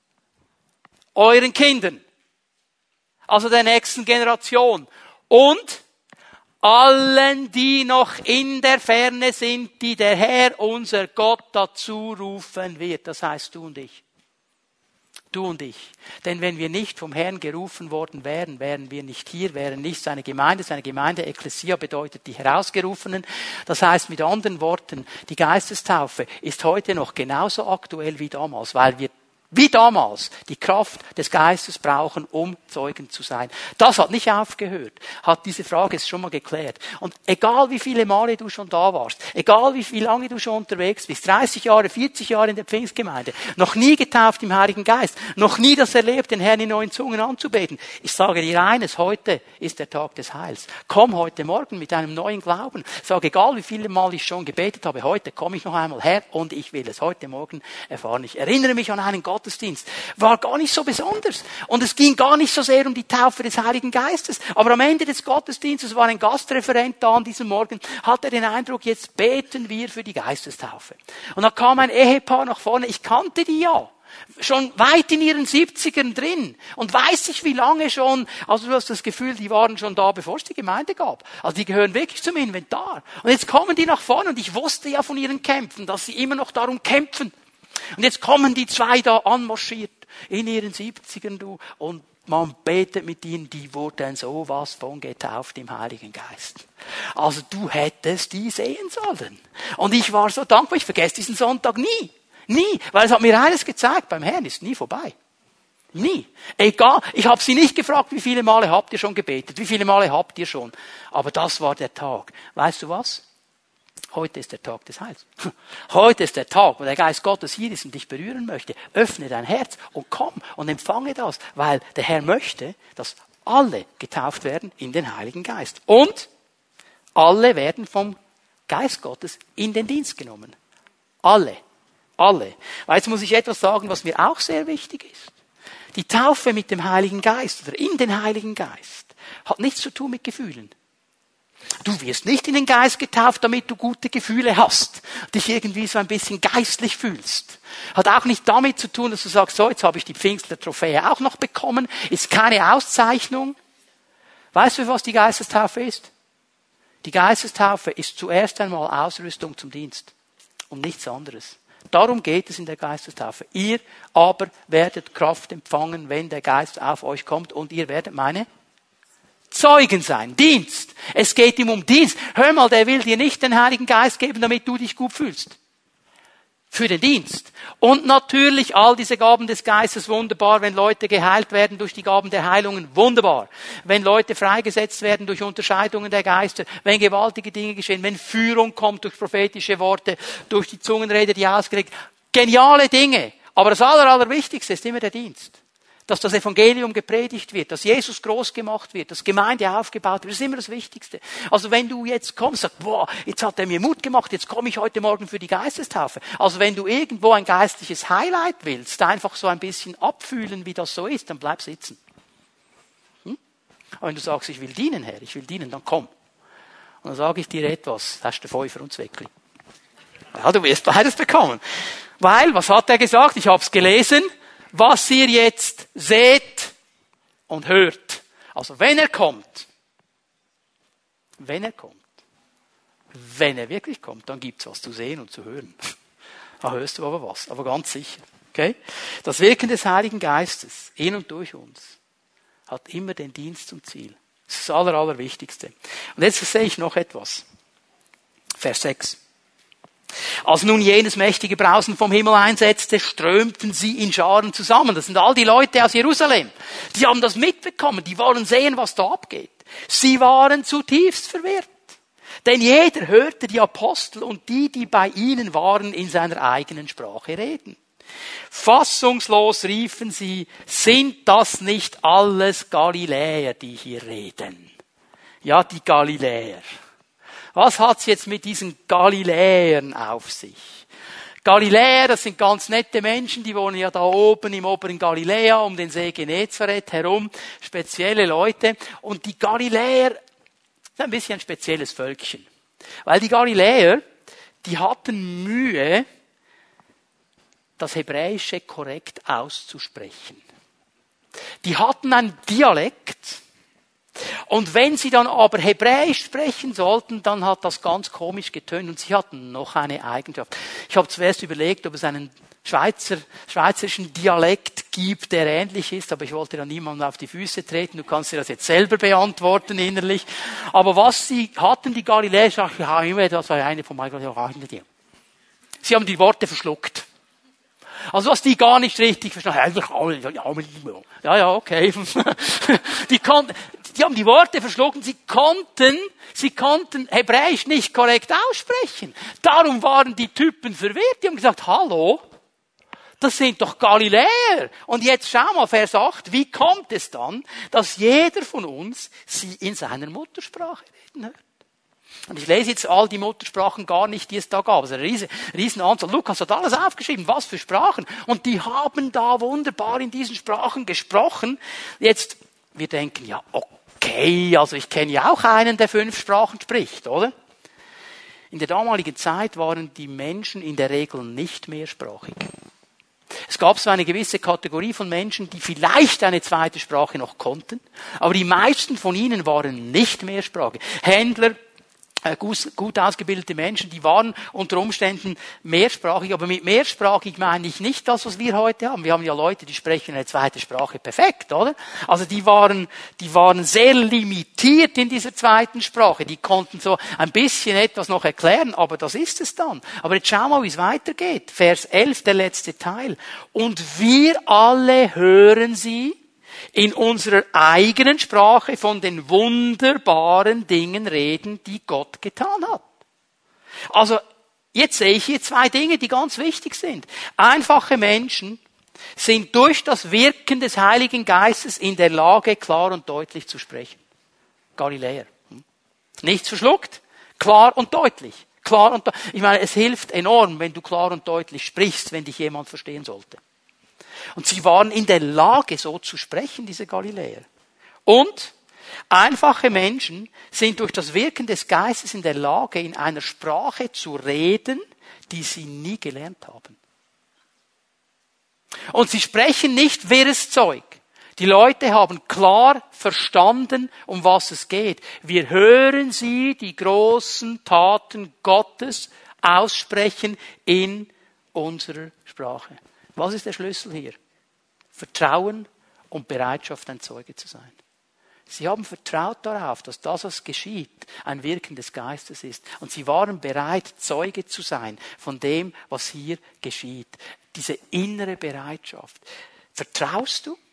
euren Kindern. Also der nächsten Generation. Und allen, die noch in der Ferne sind, die der Herr, unser Gott, dazu rufen wird. Das heißt du und ich. Du und ich. Denn wenn wir nicht vom Herrn gerufen worden wären, wären wir nicht hier, wären nicht seine Gemeinde. Seine Gemeinde, Ekklesia, bedeutet die Herausgerufenen. Das heißt mit anderen Worten, die Geistestaufe ist heute noch genauso aktuell wie damals, weil wir wie damals die Kraft des Geistes brauchen, um Zeugen zu sein. Das hat nicht aufgehört, hat diese Frage ist schon mal geklärt. Und egal wie viele Male du schon da warst, egal wie, wie lange du schon unterwegs bist, dreißig Jahre, vierzig Jahre in der Pfingstgemeinde, noch nie getauft im Heiligen Geist, noch nie das erlebt, den Herrn in neuen Zungen anzubeten. Ich sage dir eines, heute ist der Tag des Heils. Komm heute Morgen mit einem neuen Glauben. Sag, egal wie viele Mal ich schon gebetet habe, heute komme ich noch einmal her und ich will es heute Morgen erfahren. Ich erinnere mich an einen Gott, Gottesdienst. War gar nicht so besonders. Und es ging gar nicht so sehr um die Taufe des Heiligen Geistes. Aber am Ende des Gottesdienstes war ein Gastreferent da an diesem Morgen, hatte den Eindruck, jetzt beten wir für die Geistestaufe. Und da kam ein Ehepaar nach vorne, ich kannte die ja. Schon weit in ihren siebzigern drin. Und weiß ich wie lange schon, also du hast das Gefühl, die waren schon da, bevor es die Gemeinde gab. Also die gehören wirklich zum Inventar. Und jetzt kommen die nach vorne und ich wusste ja von ihren Kämpfen, dass sie immer noch darum kämpfen. Und jetzt kommen die zwei da anmarschiert in ihren siebzigern, du, und man betet mit ihnen, die wurden sowas von getauft im Heiligen Geist. Also du hättest die sehen sollen. Und ich war so dankbar, ich vergesse diesen Sonntag nie. Nie. Weil es hat mir eines gezeigt, beim Herrn ist nie vorbei. Nie. Egal, ich habe sie nicht gefragt, wie viele Male habt ihr schon gebetet, wie viele Male habt ihr schon. Aber das war der Tag. Weißt du was? Heute ist der Tag des Heils. Heute ist der Tag, wo der Geist Gottes hier ist und dich berühren möchte. Öffne dein Herz und komm und empfange das, weil der Herr möchte, dass alle getauft werden in den Heiligen Geist. Und alle werden vom Geist Gottes in den Dienst genommen. Alle. Alle. Weil jetzt muss ich etwas sagen, was mir auch sehr wichtig ist. Die Taufe mit dem Heiligen Geist oder in den Heiligen Geist hat nichts zu tun mit Gefühlen. Du wirst nicht in den Geist getauft, damit du gute Gefühle hast, dich irgendwie so ein bisschen geistlich fühlst. Hat auch nicht damit zu tun, dass du sagst, so, jetzt habe ich die Pfingstler-Trophäe auch noch bekommen, ist keine Auszeichnung. Weißt du, was die Geistestaufe ist? Die Geistestaufe ist zuerst einmal Ausrüstung zum Dienst und nichts anderes. Darum geht es in der Geistestaufe. Ihr aber werdet Kraft empfangen, wenn der Geist auf euch kommt und ihr werdet meine Zeugen sein. Dienst. Es geht ihm um Dienst. Hör mal, der will dir nicht den Heiligen Geist geben, damit du dich gut fühlst. Für den Dienst. Und natürlich all diese Gaben des Geistes, wunderbar, wenn Leute geheilt werden durch die Gaben der Heilungen, wunderbar. Wenn Leute freigesetzt werden durch Unterscheidungen der Geister, wenn gewaltige Dinge geschehen, wenn Führung kommt durch prophetische Worte, durch die Zungenrede, die ausgelegt, geniale Dinge. Aber das Aller, Allerwichtigste ist immer der Dienst. Dass das Evangelium gepredigt wird, dass Jesus groß gemacht wird, dass Gemeinde aufgebaut wird, das ist immer das Wichtigste. Also wenn du jetzt kommst, sagst, boah, jetzt hat er mir Mut gemacht, jetzt komme ich heute Morgen für die Geistestaufe. Also wenn du irgendwo ein geistliches Highlight willst, einfach so ein bisschen abfühlen, wie das so ist, dann bleib sitzen. Hm? Aber wenn du sagst, ich will dienen, Herr, ich will dienen, dann komm. Und dann sage ich dir etwas, das ist der Fünfer und Zweckli. Ja, du wirst beides bekommen. Weil, was hat er gesagt? Ich habe es gelesen. Was ihr jetzt seht und hört. Also wenn er kommt, wenn er kommt, wenn er wirklich kommt, dann gibt's was zu sehen und zu hören. Da hörst du aber was, aber ganz sicher. Okay? Das Wirken des Heiligen Geistes in und durch uns hat immer den Dienst zum Ziel. Das ist das Aller, Allerwichtigste. Und jetzt sehe ich noch etwas. Vers sechs. Als nun jenes mächtige Brausen vom Himmel einsetzte, strömten sie in Scharen zusammen. Das sind all die Leute aus Jerusalem. Die haben das mitbekommen. Die wollen sehen, was da abgeht. Sie waren zutiefst verwirrt. Denn jeder hörte die Apostel und die, die bei ihnen waren, in seiner eigenen Sprache reden. Fassungslos riefen sie, sind das nicht alles Galiläer, die hier reden? Ja, die Galiläer. Was hat's jetzt mit diesen Galiläern auf sich? Galiläer, das sind ganz nette Menschen, die wohnen ja da oben im oberen Galiläa, um den See Genezareth herum, spezielle Leute. Und die Galiläer sind ein bisschen ein spezielles Völkchen. Weil die Galiläer, die hatten Mühe, das Hebräische korrekt auszusprechen. Die hatten einen Dialekt. Und wenn sie dann aber Hebräisch sprechen sollten, dann hat das ganz komisch getönt und sie hatten noch eine Eigenschaft. Ich habe zuerst überlegt, ob es einen Schweizer, schweizerischen Dialekt gibt, der ähnlich ist, aber ich wollte da niemandem auf die Füße treten. Du kannst dir das jetzt selber beantworten innerlich. Aber was sie hatten, die Galiläer, ich habe immer, das war eine von meinen Galiläer. Sie haben die Worte verschluckt. Also was die gar nicht richtig verstanden. Ja, ja, okay. Die konnten, die haben die Worte verschluckt. Sie konnten, sie konnten Hebräisch nicht korrekt aussprechen. Darum waren die Typen verwirrt. Die haben gesagt, hallo, das sind doch Galiläer. Und jetzt schau mal, Vers acht, wie kommt es dann, dass jeder von uns sie in seiner Muttersprache reden hört? Und ich lese jetzt all die Muttersprachen gar nicht, die es da gab. Also eine riesen, riesen Anzahl. Lukas hat alles aufgeschrieben, was für Sprachen. Und die haben da wunderbar in diesen Sprachen gesprochen. Jetzt, wir denken, ja, okay, also ich kenne ja auch einen, der fünf Sprachen spricht, oder? In der damaligen Zeit waren die Menschen in der Regel nicht mehrsprachig. Es gab so eine gewisse Kategorie von Menschen, die vielleicht eine zweite Sprache noch konnten, aber die meisten von ihnen waren nicht mehrsprachig. Händler, gut ausgebildete Menschen, die waren unter Umständen mehrsprachig, aber mit mehrsprachig meine ich nicht das, was wir heute haben. Wir haben ja Leute, die sprechen eine zweite Sprache perfekt, oder? Also die waren, die waren sehr limitiert in dieser zweiten Sprache. Die konnten so ein bisschen etwas noch erklären, aber das ist es dann. Aber jetzt schau mal, wie es weitergeht. Vers elf, der letzte Teil. Und wir alle hören sie in unserer eigenen Sprache von den wunderbaren Dingen reden, die Gott getan hat. Also, jetzt sehe ich hier zwei Dinge, die ganz wichtig sind. Einfache Menschen sind durch das Wirken des Heiligen Geistes in der Lage, klar und deutlich zu sprechen. Galiläer. Nichts verschluckt, klar und deutlich. Klar und, ich meine, es hilft enorm, wenn du klar und deutlich sprichst, wenn dich jemand verstehen sollte. Und sie waren in der Lage, so zu sprechen, diese Galiläer. Und einfache Menschen sind durch das Wirken des Geistes in der Lage, in einer Sprache zu reden, die sie nie gelernt haben. Und sie sprechen nicht wirres Zeug. Die Leute haben klar verstanden, um was es geht. Wir hören sie die großen Taten Gottes aussprechen in unserer Sprache. Was ist der Schlüssel hier? Vertrauen und Bereitschaft, ein Zeuge zu sein. Sie haben vertraut darauf, dass das, was geschieht, ein Wirken des Geistes ist. Und sie waren bereit, Zeuge zu sein von dem, was hier geschieht. Diese innere Bereitschaft. Vertraust du,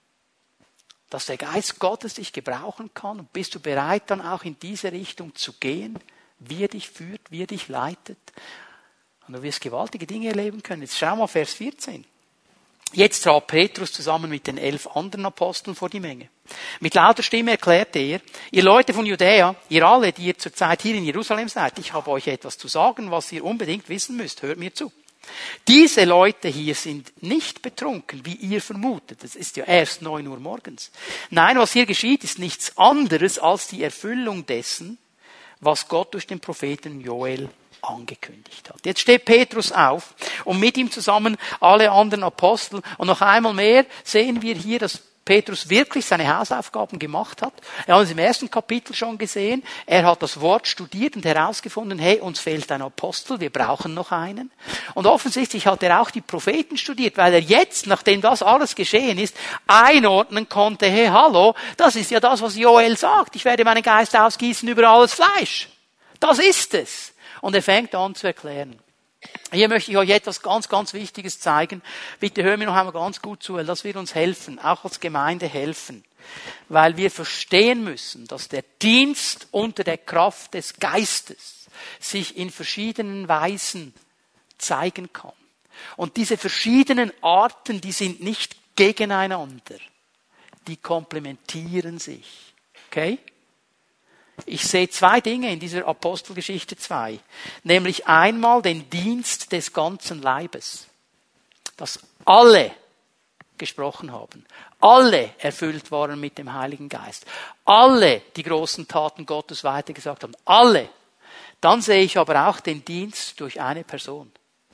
dass der Geist Gottes dich gebrauchen kann? Und bist du bereit, dann auch in diese Richtung zu gehen, wie er dich führt, wie er dich leitet? Und du wirst gewaltige Dinge erleben können. Jetzt schau mal Vers vierzehn. Jetzt trat Petrus zusammen mit den elf anderen Aposteln vor die Menge. Mit lauter Stimme erklärte er, ihr Leute von Judäa, ihr alle, die ihr zurzeit hier in Jerusalem seid, ich habe euch etwas zu sagen, was ihr unbedingt wissen müsst. Hört mir zu. Diese Leute hier sind nicht betrunken, wie ihr vermutet. Es ist ja erst neun Uhr morgens. Nein, was hier geschieht, ist nichts anderes als die Erfüllung dessen, was Gott durch den Propheten Joel angekündigt hat. Jetzt steht Petrus auf und mit ihm zusammen alle anderen Apostel. Und noch einmal mehr sehen wir hier, dass Petrus wirklich seine Hausaufgaben gemacht hat. Wir haben es im ersten Kapitel schon gesehen. Er hat das Wort studiert und herausgefunden, hey, uns fehlt ein Apostel, wir brauchen noch einen. Und offensichtlich hat er auch die Propheten studiert, weil er jetzt, nachdem das alles geschehen ist, einordnen konnte, hey, hallo, das ist ja das, was Joel sagt. Ich werde meinen Geist ausgießen über alles Fleisch. Das ist es. Und er fängt an zu erklären. Hier möchte ich euch etwas ganz, ganz Wichtiges zeigen. Bitte hör mir noch einmal ganz gut zu, weil das wird uns helfen, auch als Gemeinde helfen. Weil wir verstehen müssen, dass der Dienst unter der Kraft des Geistes sich in verschiedenen Weisen zeigen kann. Und diese verschiedenen Arten, die sind nicht gegeneinander. Die komplementieren sich. Okay? Ich sehe zwei Dinge in dieser Apostelgeschichte zwei. Nämlich einmal den Dienst des ganzen Leibes. Dass alle gesprochen haben. Alle erfüllt waren mit dem Heiligen Geist. Alle die großen Taten Gottes weitergesagt haben. Alle. Dann sehe ich aber auch den Dienst durch eine Person.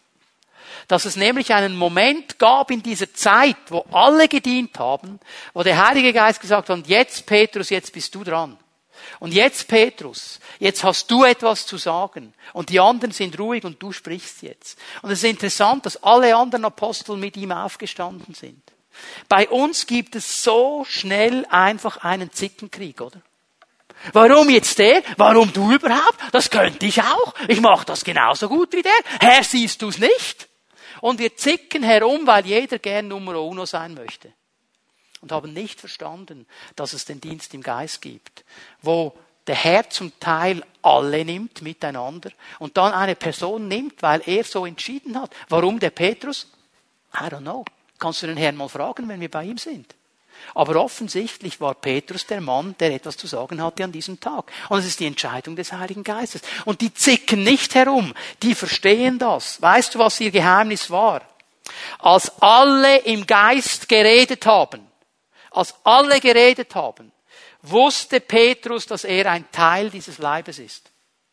Dass es nämlich einen Moment gab in dieser Zeit, wo alle gedient haben, wo der Heilige Geist gesagt hat, und jetzt Petrus, jetzt bist du dran. Und jetzt Petrus, jetzt hast du etwas zu sagen. Und die anderen sind ruhig und du sprichst jetzt. Und es ist interessant, dass alle anderen Apostel mit ihm aufgestanden sind. Bei uns gibt es so schnell einfach einen Zickenkrieg, oder? Warum jetzt der? Warum du überhaupt? Das könnte ich auch. Ich mache das genauso gut wie der. Herr, siehst du's nicht? Und wir zicken herum, weil jeder gern Numero uno sein möchte. Und haben nicht verstanden, dass es den Dienst im Geist gibt, wo der Herr zum Teil alle nimmt miteinander und dann eine Person nimmt, weil er so entschieden hat. Warum der Petrus? I don't know. Kannst du den Herrn mal fragen, wenn wir bei ihm sind. Aber offensichtlich war Petrus der Mann, der etwas zu sagen hatte an diesem Tag. Und es ist die Entscheidung des Heiligen Geistes. Und die zicken nicht herum. Die verstehen das. Weißt du, was ihr Geheimnis war? Als alle im Geist geredet haben, Als alle geredet haben, wusste Petrus, dass er ein Teil dieses Leibes ist.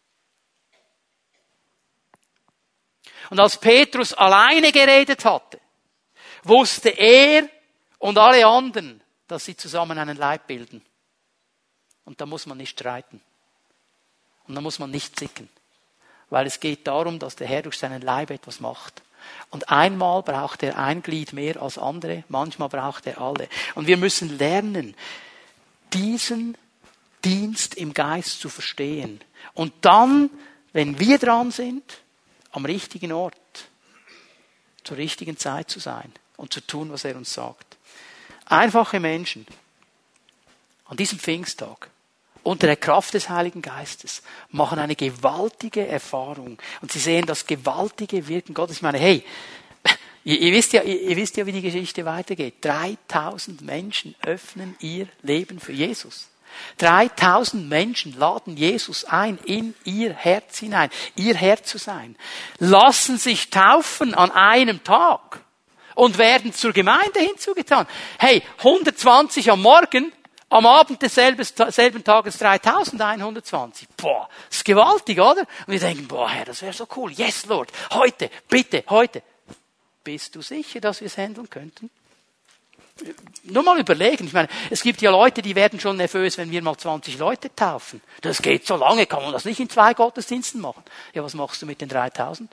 Und als Petrus alleine geredet hatte, wusste er und alle anderen, dass sie zusammen einen Leib bilden. Und da muss man nicht streiten. Und da muss man nicht zicken. Weil es geht darum, dass der Herr durch seinen Leib etwas macht. Und einmal braucht er ein Glied mehr als andere, manchmal braucht er alle. Und wir müssen lernen, diesen Dienst im Geist zu verstehen. Und dann, wenn wir dran sind, am richtigen Ort, zur richtigen Zeit zu sein und zu tun, was er uns sagt. Einfache Menschen an diesem Pfingsttag unter der Kraft des Heiligen Geistes machen eine gewaltige Erfahrung und sie sehen das gewaltige Wirken Gottes. Ich meine, hey, ihr, ihr wisst ja, ihr, ihr wisst ja, wie die Geschichte weitergeht. dreitausend Menschen öffnen ihr Leben für Jesus. dreitausend Menschen laden Jesus ein, in ihr Herz hinein, ihr Herr zu sein, lassen sich taufen an einem Tag und werden zur Gemeinde hinzugetan. Hey, hundertzwanzig am Morgen, am Abend desselben Tages dreitausendeinhundertzwanzig. Boah, das ist gewaltig, oder? Und wir denken, boah, Herr, das wäre so cool. Yes, Lord, heute, bitte, heute. Bist du sicher, dass wir es handeln könnten? Nur mal überlegen. Ich meine, es gibt ja Leute, die werden schon nervös, wenn wir mal zwanzig Leute taufen. Das geht so lange, kann man das nicht in zwei Gottesdiensten machen. Ja, was machst du mit den dreitausend?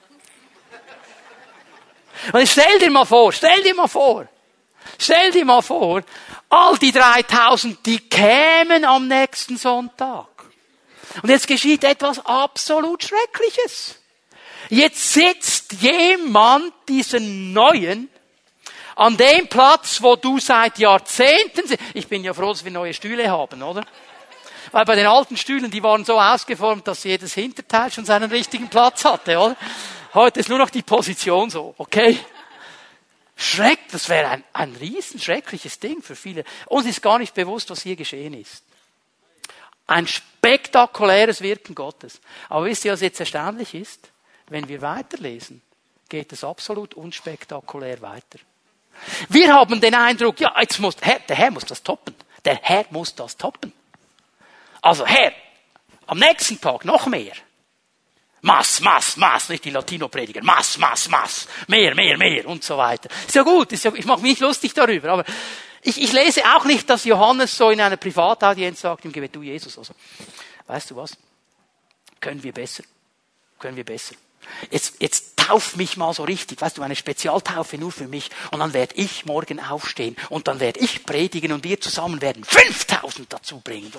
Und stell dir mal vor, stell dir mal vor, stell dir mal vor, all die dreitausend, die kämen am nächsten Sonntag. Und jetzt geschieht etwas absolut Schreckliches. Jetzt sitzt jemand, diesen Neuen, an dem Platz, wo du seit Jahrzehnten, ich bin ja froh, dass wir neue Stühle haben, oder? Weil bei den alten Stühlen, die waren so ausgeformt, dass jedes Hinterteil schon seinen richtigen Platz hatte, oder? Heute ist nur noch die Position so, okay? Schreck, das wäre ein, ein riesen schreckliches Ding für viele. Uns ist gar nicht bewusst, was hier geschehen ist. Ein spektakuläres Wirken Gottes. Aber wisst ihr, was jetzt erstaunlich ist? Wenn wir weiterlesen, geht es absolut unspektakulär weiter. Wir haben den Eindruck, ja, jetzt muss, Herr, der Herr muss das toppen. Der Herr muss das toppen. Also, Herr, am nächsten Tag noch mehr. Mass, Mass, Mass, nicht die Latino-Prediger. Mass, Mass, Mass. Mehr, mehr, mehr und so weiter. Ist ja gut, ist ja, ich mache mich nicht lustig darüber, aber ich, ich lese auch nicht, dass Johannes so in einer Privataudienz sagt im Gebet, du Jesus, also, weißt du was? Können wir besser. Können wir besser. Jetzt, jetzt tauf mich mal so richtig, weißt du, eine Spezialtaufe nur für mich und dann werde ich morgen aufstehen und dann werde ich predigen und wir zusammen werden fünftausend dazu bringen.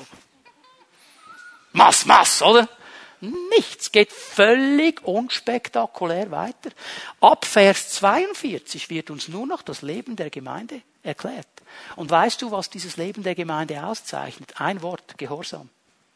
Mass, Mass, oder? Nichts, geht völlig unspektakulär weiter. Ab Vers zweiundvierzig wird uns nur noch das Leben der Gemeinde erklärt. Und weißt du, was dieses Leben der Gemeinde auszeichnet? Ein Wort, Gehorsam.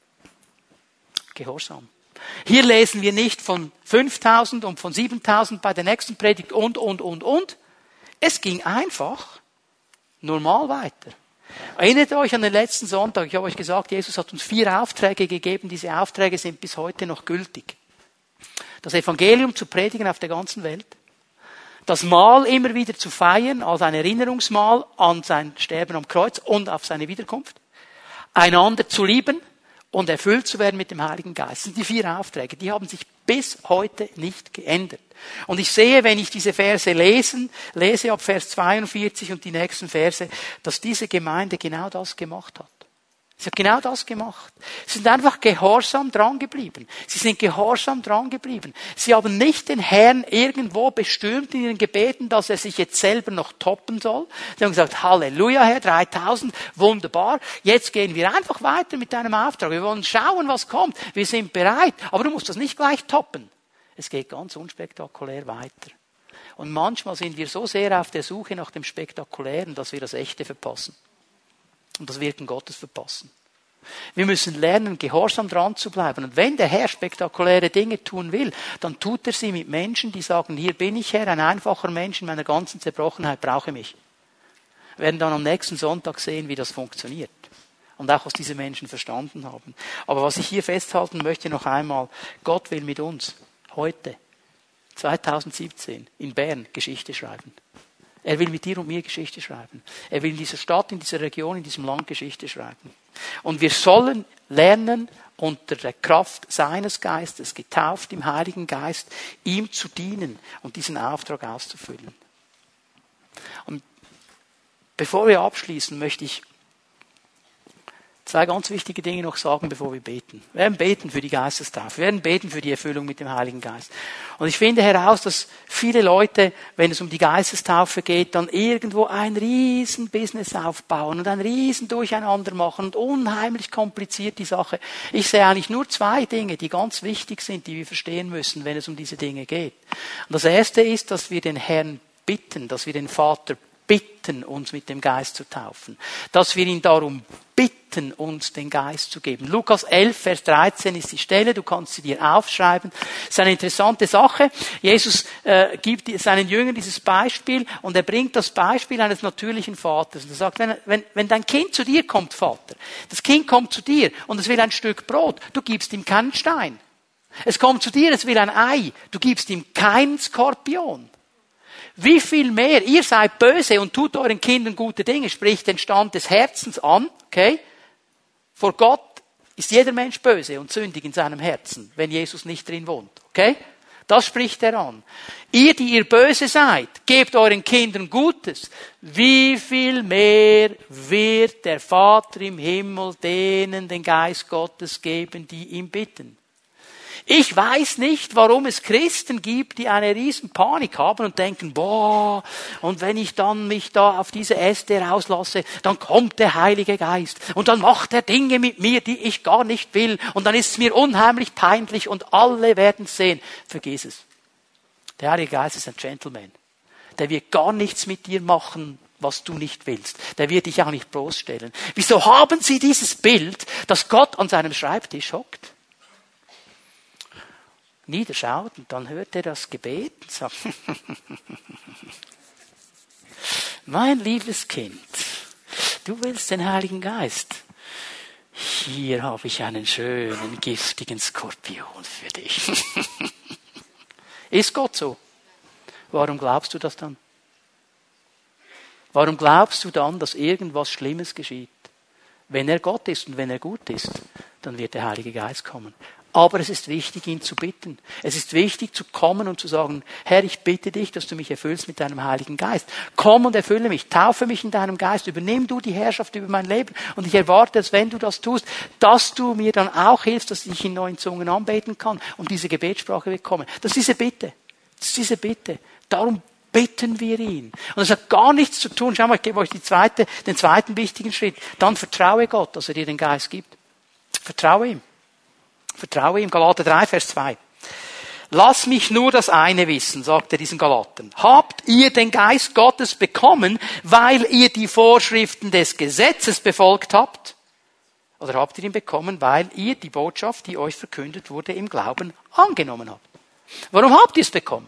Gehorsam. Hier lesen wir nicht von fünftausend und von siebentausend bei der nächsten Predigt und, und, und, und. Es ging einfach normal weiter. Erinnert euch an den letzten Sonntag. Ich habe euch gesagt, Jesus hat uns vier Aufträge gegeben. Diese Aufträge sind bis heute noch gültig. Das Evangelium zu predigen auf der ganzen Welt. Das Mahl immer wieder zu feiern als ein Erinnerungsmahl an sein Sterben am Kreuz und auf seine Wiederkunft. Einander zu lieben und erfüllt zu werden mit dem Heiligen Geist. Das sind die vier Aufträge. Die haben sich bis heute nicht geändert. Und ich sehe, wenn ich diese Verse lesen, lese ab Vers zweiundvierzig und die nächsten Verse, dass diese Gemeinde genau das gemacht hat. Sie hat genau das gemacht. Sie sind einfach gehorsam dran geblieben. Sie sind gehorsam dran geblieben. Sie haben nicht den Herrn irgendwo bestürmt in ihren Gebeten, dass er sich jetzt selber noch toppen soll. Sie haben gesagt, Halleluja, Herr, dreitausend, wunderbar. Jetzt gehen wir einfach weiter mit deinem Auftrag. Wir wollen schauen, was kommt. Wir sind bereit. Aber du musst das nicht gleich toppen. Es geht ganz unspektakulär weiter. Und manchmal sind wir so sehr auf der Suche nach dem Spektakulären, dass wir das Echte verpassen. Und das Wirken Gottes verpassen. Wir müssen lernen, gehorsam dran zu bleiben. Und wenn der Herr spektakuläre Dinge tun will, dann tut er sie mit Menschen, die sagen, hier bin ich Herr, ein einfacher Mensch in meiner ganzen Zerbrochenheit, brauche mich. Wir werden dann am nächsten Sonntag sehen, wie das funktioniert. Und auch, was diese Menschen verstanden haben. Aber was ich hier festhalten möchte noch einmal, Gott will mit uns heute, zweitausendsiebzehn, in Bern Geschichte schreiben. Er will mit dir und mir Geschichte schreiben. Er will in dieser Stadt, in dieser Region, in diesem Land Geschichte schreiben. Und wir sollen lernen, unter der Kraft seines Geistes, getauft im Heiligen Geist, ihm zu dienen und diesen Auftrag auszufüllen. Und bevor wir abschließen, möchte ich zwei ganz wichtige Dinge noch sagen, bevor wir beten. Wir werden beten für die Geistestaufe. Wir werden beten für die Erfüllung mit dem Heiligen Geist. Und ich finde heraus, dass viele Leute, wenn es um die Geistestaufe geht, dann irgendwo ein riesen Business aufbauen und ein riesen Durcheinander machen und unheimlich kompliziert die Sache. Ich sehe eigentlich nur zwei Dinge, die ganz wichtig sind, die wir verstehen müssen, wenn es um diese Dinge geht. Und das erste ist, dass wir den Herrn bitten, dass wir den Vater bitten, uns mit dem Geist zu taufen. Dass wir ihn darum bitten, uns den Geist zu geben. Lukas elf, Vers dreizehn ist die Stelle, du kannst sie dir aufschreiben. Das ist eine interessante Sache. Jesus äh, gibt seinen Jüngern dieses Beispiel und er bringt das Beispiel eines natürlichen Vaters. Und er sagt, wenn, wenn, wenn dein Kind zu dir kommt, Vater, das Kind kommt zu dir und es will ein Stück Brot, du gibst ihm keinen Stein. Es kommt zu dir, es will ein Ei, du gibst ihm keinen Skorpion. Wie viel mehr, ihr seid böse und tut euren Kindern gute Dinge, sprich den Stand des Herzens an, okay? Vor Gott ist jeder Mensch böse und sündig in seinem Herzen, wenn Jesus nicht drin wohnt, okay? Das spricht er an. Ihr, die ihr böse seid, gebt euren Kindern Gutes. Wie viel mehr wird der Vater im Himmel denen den Geist Gottes geben, die ihn bitten? Ich weiß nicht, warum es Christen gibt, die eine riesen Panik haben und denken, boah, und wenn ich dann mich da auf diese Äste rauslasse, dann kommt der Heilige Geist und dann macht er Dinge mit mir, die ich gar nicht will und dann ist es mir unheimlich peinlich und alle werden sehen. Vergiss es. Der Heilige Geist ist ein Gentleman. Der wird gar nichts mit dir machen, was du nicht willst. Der wird dich auch nicht bloßstellen. Wieso haben Sie dieses Bild, dass Gott an seinem Schreibtisch hockt? Niederschaut und dann hört er das Gebet und sagt, mein liebes Kind, du willst den Heiligen Geist. Hier habe ich einen schönen, giftigen Skorpion für dich. Ist Gott so? Warum glaubst du das dann? Warum glaubst du dann, dass irgendwas Schlimmes geschieht? Wenn er Gott ist und wenn er gut ist, dann wird der Heilige Geist kommen. Aber es ist wichtig, ihn zu bitten. Es ist wichtig, zu kommen und zu sagen, Herr, ich bitte dich, dass du mich erfüllst mit deinem Heiligen Geist. Komm und erfülle mich, taufe mich in deinem Geist, übernimm du die Herrschaft über mein Leben. Und ich erwarte, dass wenn du das tust, dass du mir dann auch hilfst, dass ich in neuen Zungen anbeten kann und diese Gebetssprache wird kommen. Das ist diese Bitte. Das ist diese Bitte. Darum bitten wir ihn. Und das hat gar nichts zu tun. Schau mal, ich gebe euch die zweite, den zweiten wichtigen Schritt. Dann vertraue Gott, dass er dir den Geist gibt. Vertraue ihm. Vertraue ihm. Galater drei, Vers zwei. Lass mich nur das eine wissen, sagt er diesen Galatern. Habt ihr den Geist Gottes bekommen, weil ihr die Vorschriften des Gesetzes befolgt habt? Oder habt ihr ihn bekommen, weil ihr die Botschaft, die euch verkündet wurde, im Glauben angenommen habt? Warum habt ihr es bekommen?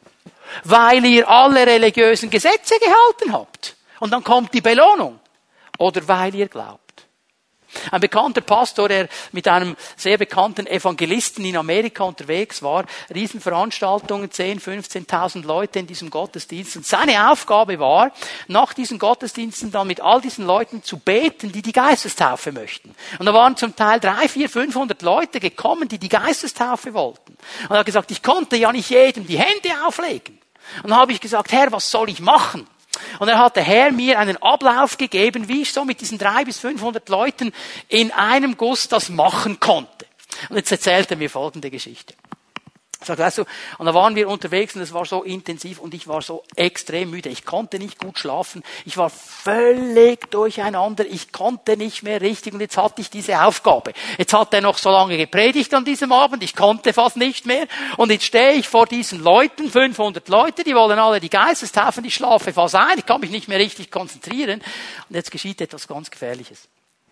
Weil ihr alle religiösen Gesetze gehalten habt. Und dann kommt die Belohnung. Oder weil ihr glaubt. Ein bekannter Pastor, der mit einem sehr bekannten Evangelisten in Amerika unterwegs war, Riesenveranstaltungen, zehn, fünfzehntausend Leute in diesem Gottesdienst. Und seine Aufgabe war, nach diesen Gottesdiensten dann mit all diesen Leuten zu beten, die die Geistestaufe möchten. Und da waren zum Teil drei, vier, fünfhundert Leute gekommen, die die Geistestaufe wollten. Und er hat gesagt, ich konnte ja nicht jedem die Hände auflegen. Und dann habe ich gesagt, Herr, was soll ich machen? Und er hat der Herr mir einen Ablauf gegeben, wie ich so mit diesen drei bis fünfhundert Leuten in einem Guss das machen konnte. Und jetzt erzählt er mir folgende Geschichte. Er sagt, weißt du, und da waren wir unterwegs und es war so intensiv und ich war so extrem müde. Ich konnte nicht gut schlafen. Ich war völlig durcheinander. Ich konnte nicht mehr richtig und jetzt hatte ich diese Aufgabe. Jetzt hat er noch so lange gepredigt an diesem Abend. Ich konnte fast nicht mehr. Und jetzt stehe ich vor diesen Leuten, fünfhundert Leute, die wollen alle die Geistestaufen. Ich schlafe fast ein. Ich kann mich nicht mehr richtig konzentrieren. Und jetzt geschieht etwas ganz Gefährliches.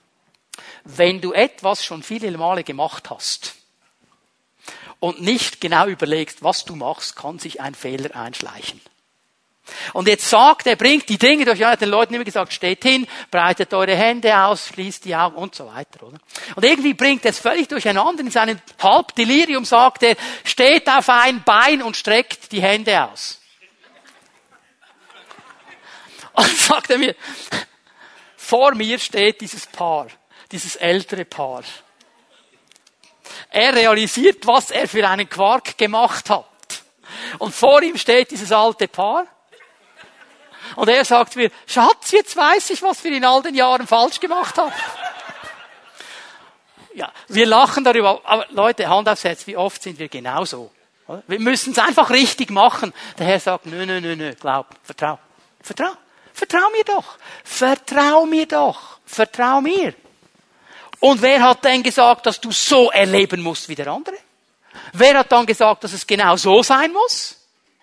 Wenn du etwas schon viele Male gemacht hast, und nicht genau überlegst, was du machst, kann sich ein Fehler einschleichen. Und jetzt sagt er, bringt die Dinge durch, er hat den Leuten immer gesagt, steht hin, breitet eure Hände aus, schließt die Augen und so weiter, oder? Und irgendwie bringt er es völlig durcheinander, in seinem Halbdelirium sagt er, steht auf ein Bein und streckt die Hände aus. Und dann sagt er mir, vor mir steht dieses Paar, dieses ältere Paar. Er realisiert, was er für einen Quark gemacht hat. Und vor ihm steht dieses alte Paar. Und er sagt mir, Schatz, jetzt weiß ich, was wir in all den Jahren falsch gemacht haben. Ja, wir lachen darüber, aber Leute, Hand aufs Herz, wie oft sind wir genauso? Wir müssen es einfach richtig machen. Der Herr sagt, nö, nö, nö, nö, glaub, vertrau, vertrau, vertrau mir doch, vertrau mir doch, vertrau mir. Und wer hat denn gesagt, dass du so erleben musst wie der andere? Wer hat dann gesagt, dass es genau so sein muss?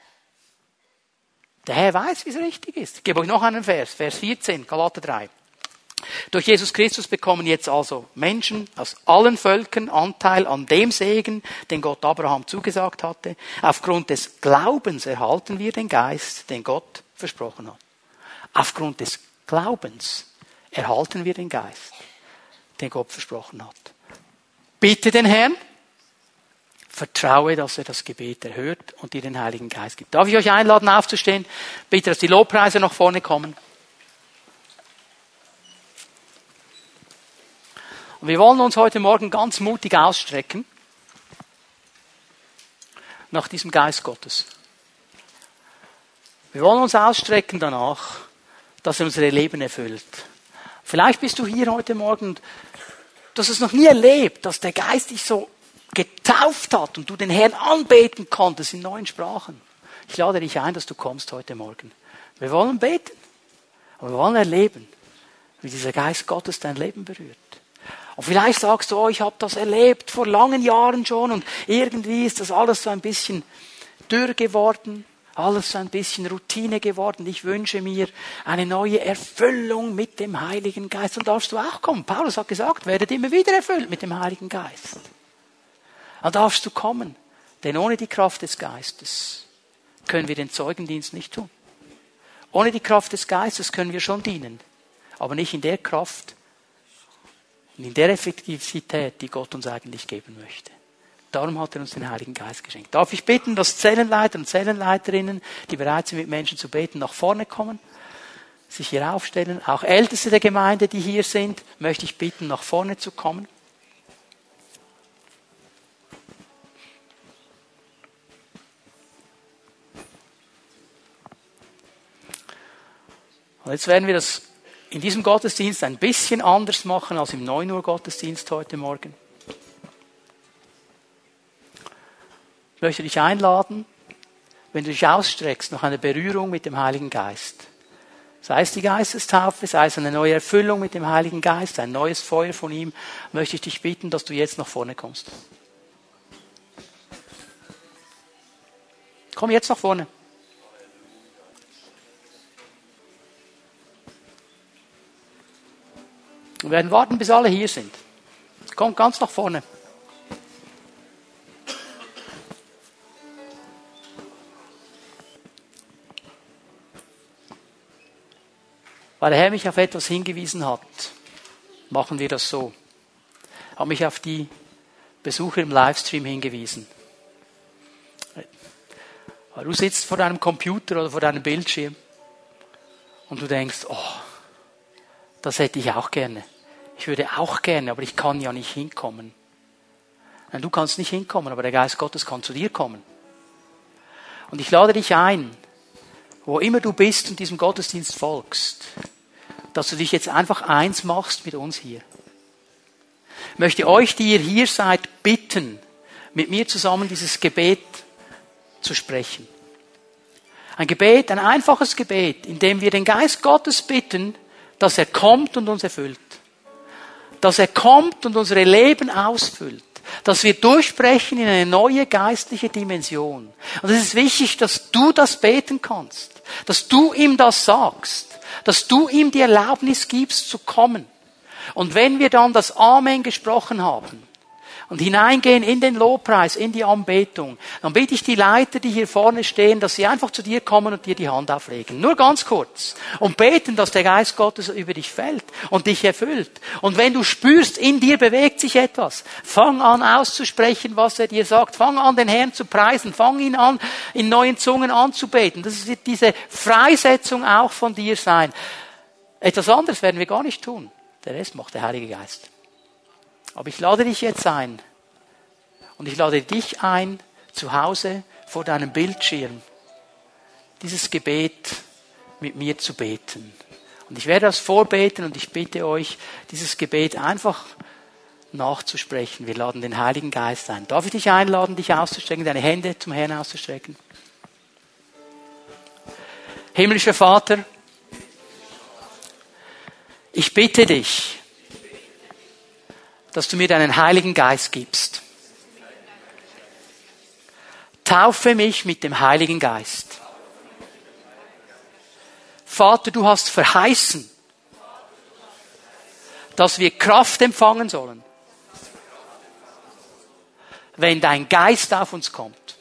Der Herr weiß, wie es richtig ist. Ich gebe euch noch einen Vers, Vers vierzehn, Galater drei. Durch Jesus Christus bekommen jetzt also Menschen aus allen Völkern Anteil an dem Segen, den Gott Abraham zugesagt hatte. Aufgrund des Glaubens erhalten wir den Geist, den Gott versprochen hat. Aufgrund des Glaubens erhalten wir den Geist, den Gott versprochen hat. Bitte den Herrn, vertraue, dass er das Gebet erhört und dir den Heiligen Geist gibt. Darf ich euch einladen, aufzustehen? Bitte, dass die Lobpreise nach vorne kommen. Und wir wollen uns heute Morgen ganz mutig ausstrecken nach diesem Geist Gottes. Wir wollen uns ausstrecken danach, dass er unsere Leben erfüllt. Vielleicht bist du hier heute Morgen und du hast es noch nie erlebt, dass der Geist dich so getauft hat und du den Herrn anbeten konntest in neuen Sprachen. Ich lade dich ein, dass du kommst heute Morgen. Wir wollen beten, aber wir wollen erleben, wie dieser Geist Gottes dein Leben berührt. Und vielleicht sagst du, oh, ich habe das erlebt vor langen Jahren schon und irgendwie ist das alles so ein bisschen dürr geworden, alles so ein bisschen Routine geworden. Ich wünsche mir eine neue Erfüllung mit dem Heiligen Geist. Und darfst du auch kommen. Paulus hat gesagt, werdet immer wieder erfüllt mit dem Heiligen Geist. Dann darfst du kommen, denn ohne die Kraft des Geistes können wir den Zeugendienst nicht tun. Ohne die Kraft des Geistes können wir schon dienen, aber nicht in der Kraft, und in der Effektivität, die Gott uns eigentlich geben möchte. Darum hat er uns den Heiligen Geist geschenkt. Darf ich bitten, dass Zellenleiter und Zellenleiterinnen, die bereit sind, mit Menschen zu beten, nach vorne kommen, sich hier aufstellen. Auch Älteste der Gemeinde, die hier sind, möchte ich bitten, nach vorne zu kommen. Und jetzt werden wir das in diesem Gottesdienst ein bisschen anders machen als im neun Uhr Gottesdienst heute Morgen. Ich möchte dich einladen, wenn du dich ausstreckst nach einer Berührung mit dem Heiligen Geist. Sei es die Geistestaufe, sei es eine neue Erfüllung mit dem Heiligen Geist, ein neues Feuer von ihm, möchte ich dich bitten, dass du jetzt nach vorne kommst. Komm jetzt nach vorne. Wir werden warten, bis alle hier sind. Kommt ganz nach vorne. Weil der Herr mich auf etwas hingewiesen hat, machen wir das so. Er hat mich auf die Besucher im Livestream hingewiesen. Du sitzt vor deinem Computer oder vor deinem Bildschirm und du denkst, oh, das hätte ich auch gerne. Ich würde auch gerne, aber ich kann ja nicht hinkommen. Nein, du kannst nicht hinkommen, aber der Geist Gottes kann zu dir kommen. Und ich lade dich ein, wo immer du bist und diesem Gottesdienst folgst, dass du dich jetzt einfach eins machst mit uns hier. Ich möchte euch, die ihr hier seid, bitten, mit mir zusammen dieses Gebet zu sprechen. Ein Gebet, ein einfaches Gebet, in dem wir den Geist Gottes bitten, dass er kommt und uns erfüllt. Dass er kommt und unsere Leben ausfüllt. Dass wir durchbrechen in eine neue geistliche Dimension. Und es ist wichtig, dass du das beten kannst. Dass du ihm das sagst. Dass du ihm die Erlaubnis gibst zu kommen. Und wenn wir dann das Amen gesprochen haben und hineingehen in den Lobpreis, in die Anbetung, dann bitte ich die Leiter, die hier vorne stehen, dass sie einfach zu dir kommen und dir die Hand auflegen. Nur ganz kurz. Und beten, dass der Geist Gottes über dich fällt und dich erfüllt. Und wenn du spürst, in dir bewegt sich etwas, fang an auszusprechen, was er dir sagt. Fang an, den Herrn zu preisen. Fang ihn an, in neuen Zungen anzubeten. Das wird diese Freisetzung auch von dir sein. Etwas anderes werden wir gar nicht tun. Der Rest macht der Heilige Geist. Aber ich lade dich jetzt ein und ich lade dich ein, zu Hause vor deinem Bildschirm dieses Gebet mit mir zu beten. Und ich werde das vorbeten und ich bitte euch, dieses Gebet einfach nachzusprechen. Wir laden den Heiligen Geist ein. Darf ich dich einladen, dich auszustrecken, deine Hände zum Herrn auszustrecken? Himmlischer Vater, ich bitte dich, dass du mir deinen Heiligen Geist gibst. Taufe mich mit dem Heiligen Geist. Vater, du hast verheißen, dass wir Kraft empfangen sollen, wenn dein Geist auf uns kommt.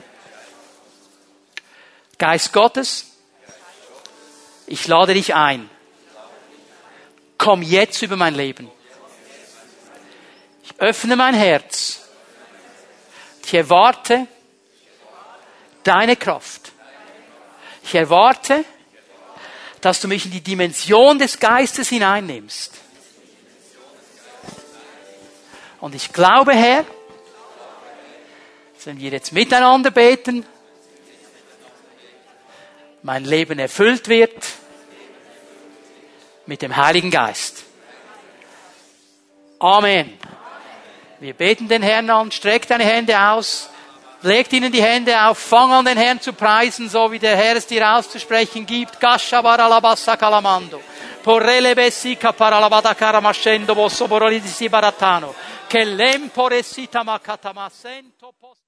Geist Gottes, ich lade dich ein. Komm jetzt über mein Leben. Ich öffne mein Herz. Ich erwarte deine Kraft. Ich erwarte, dass du mich in die Dimension des Geistes hineinnimmst. Und ich glaube, Herr, wenn wir jetzt miteinander beten, mein Leben erfüllt wird mit dem Heiligen Geist. Amen. Wir beten den Herrn an, streck deine Hände aus, legt ihnen die Hände auf, fang an den Herrn zu preisen, so wie der Herr es dir auszusprechen gibt. Gashabaralabassa kalamando. Porrele bessica paralabada karamascendo bosso borolisi baratano. Che l'empore sita makatamasento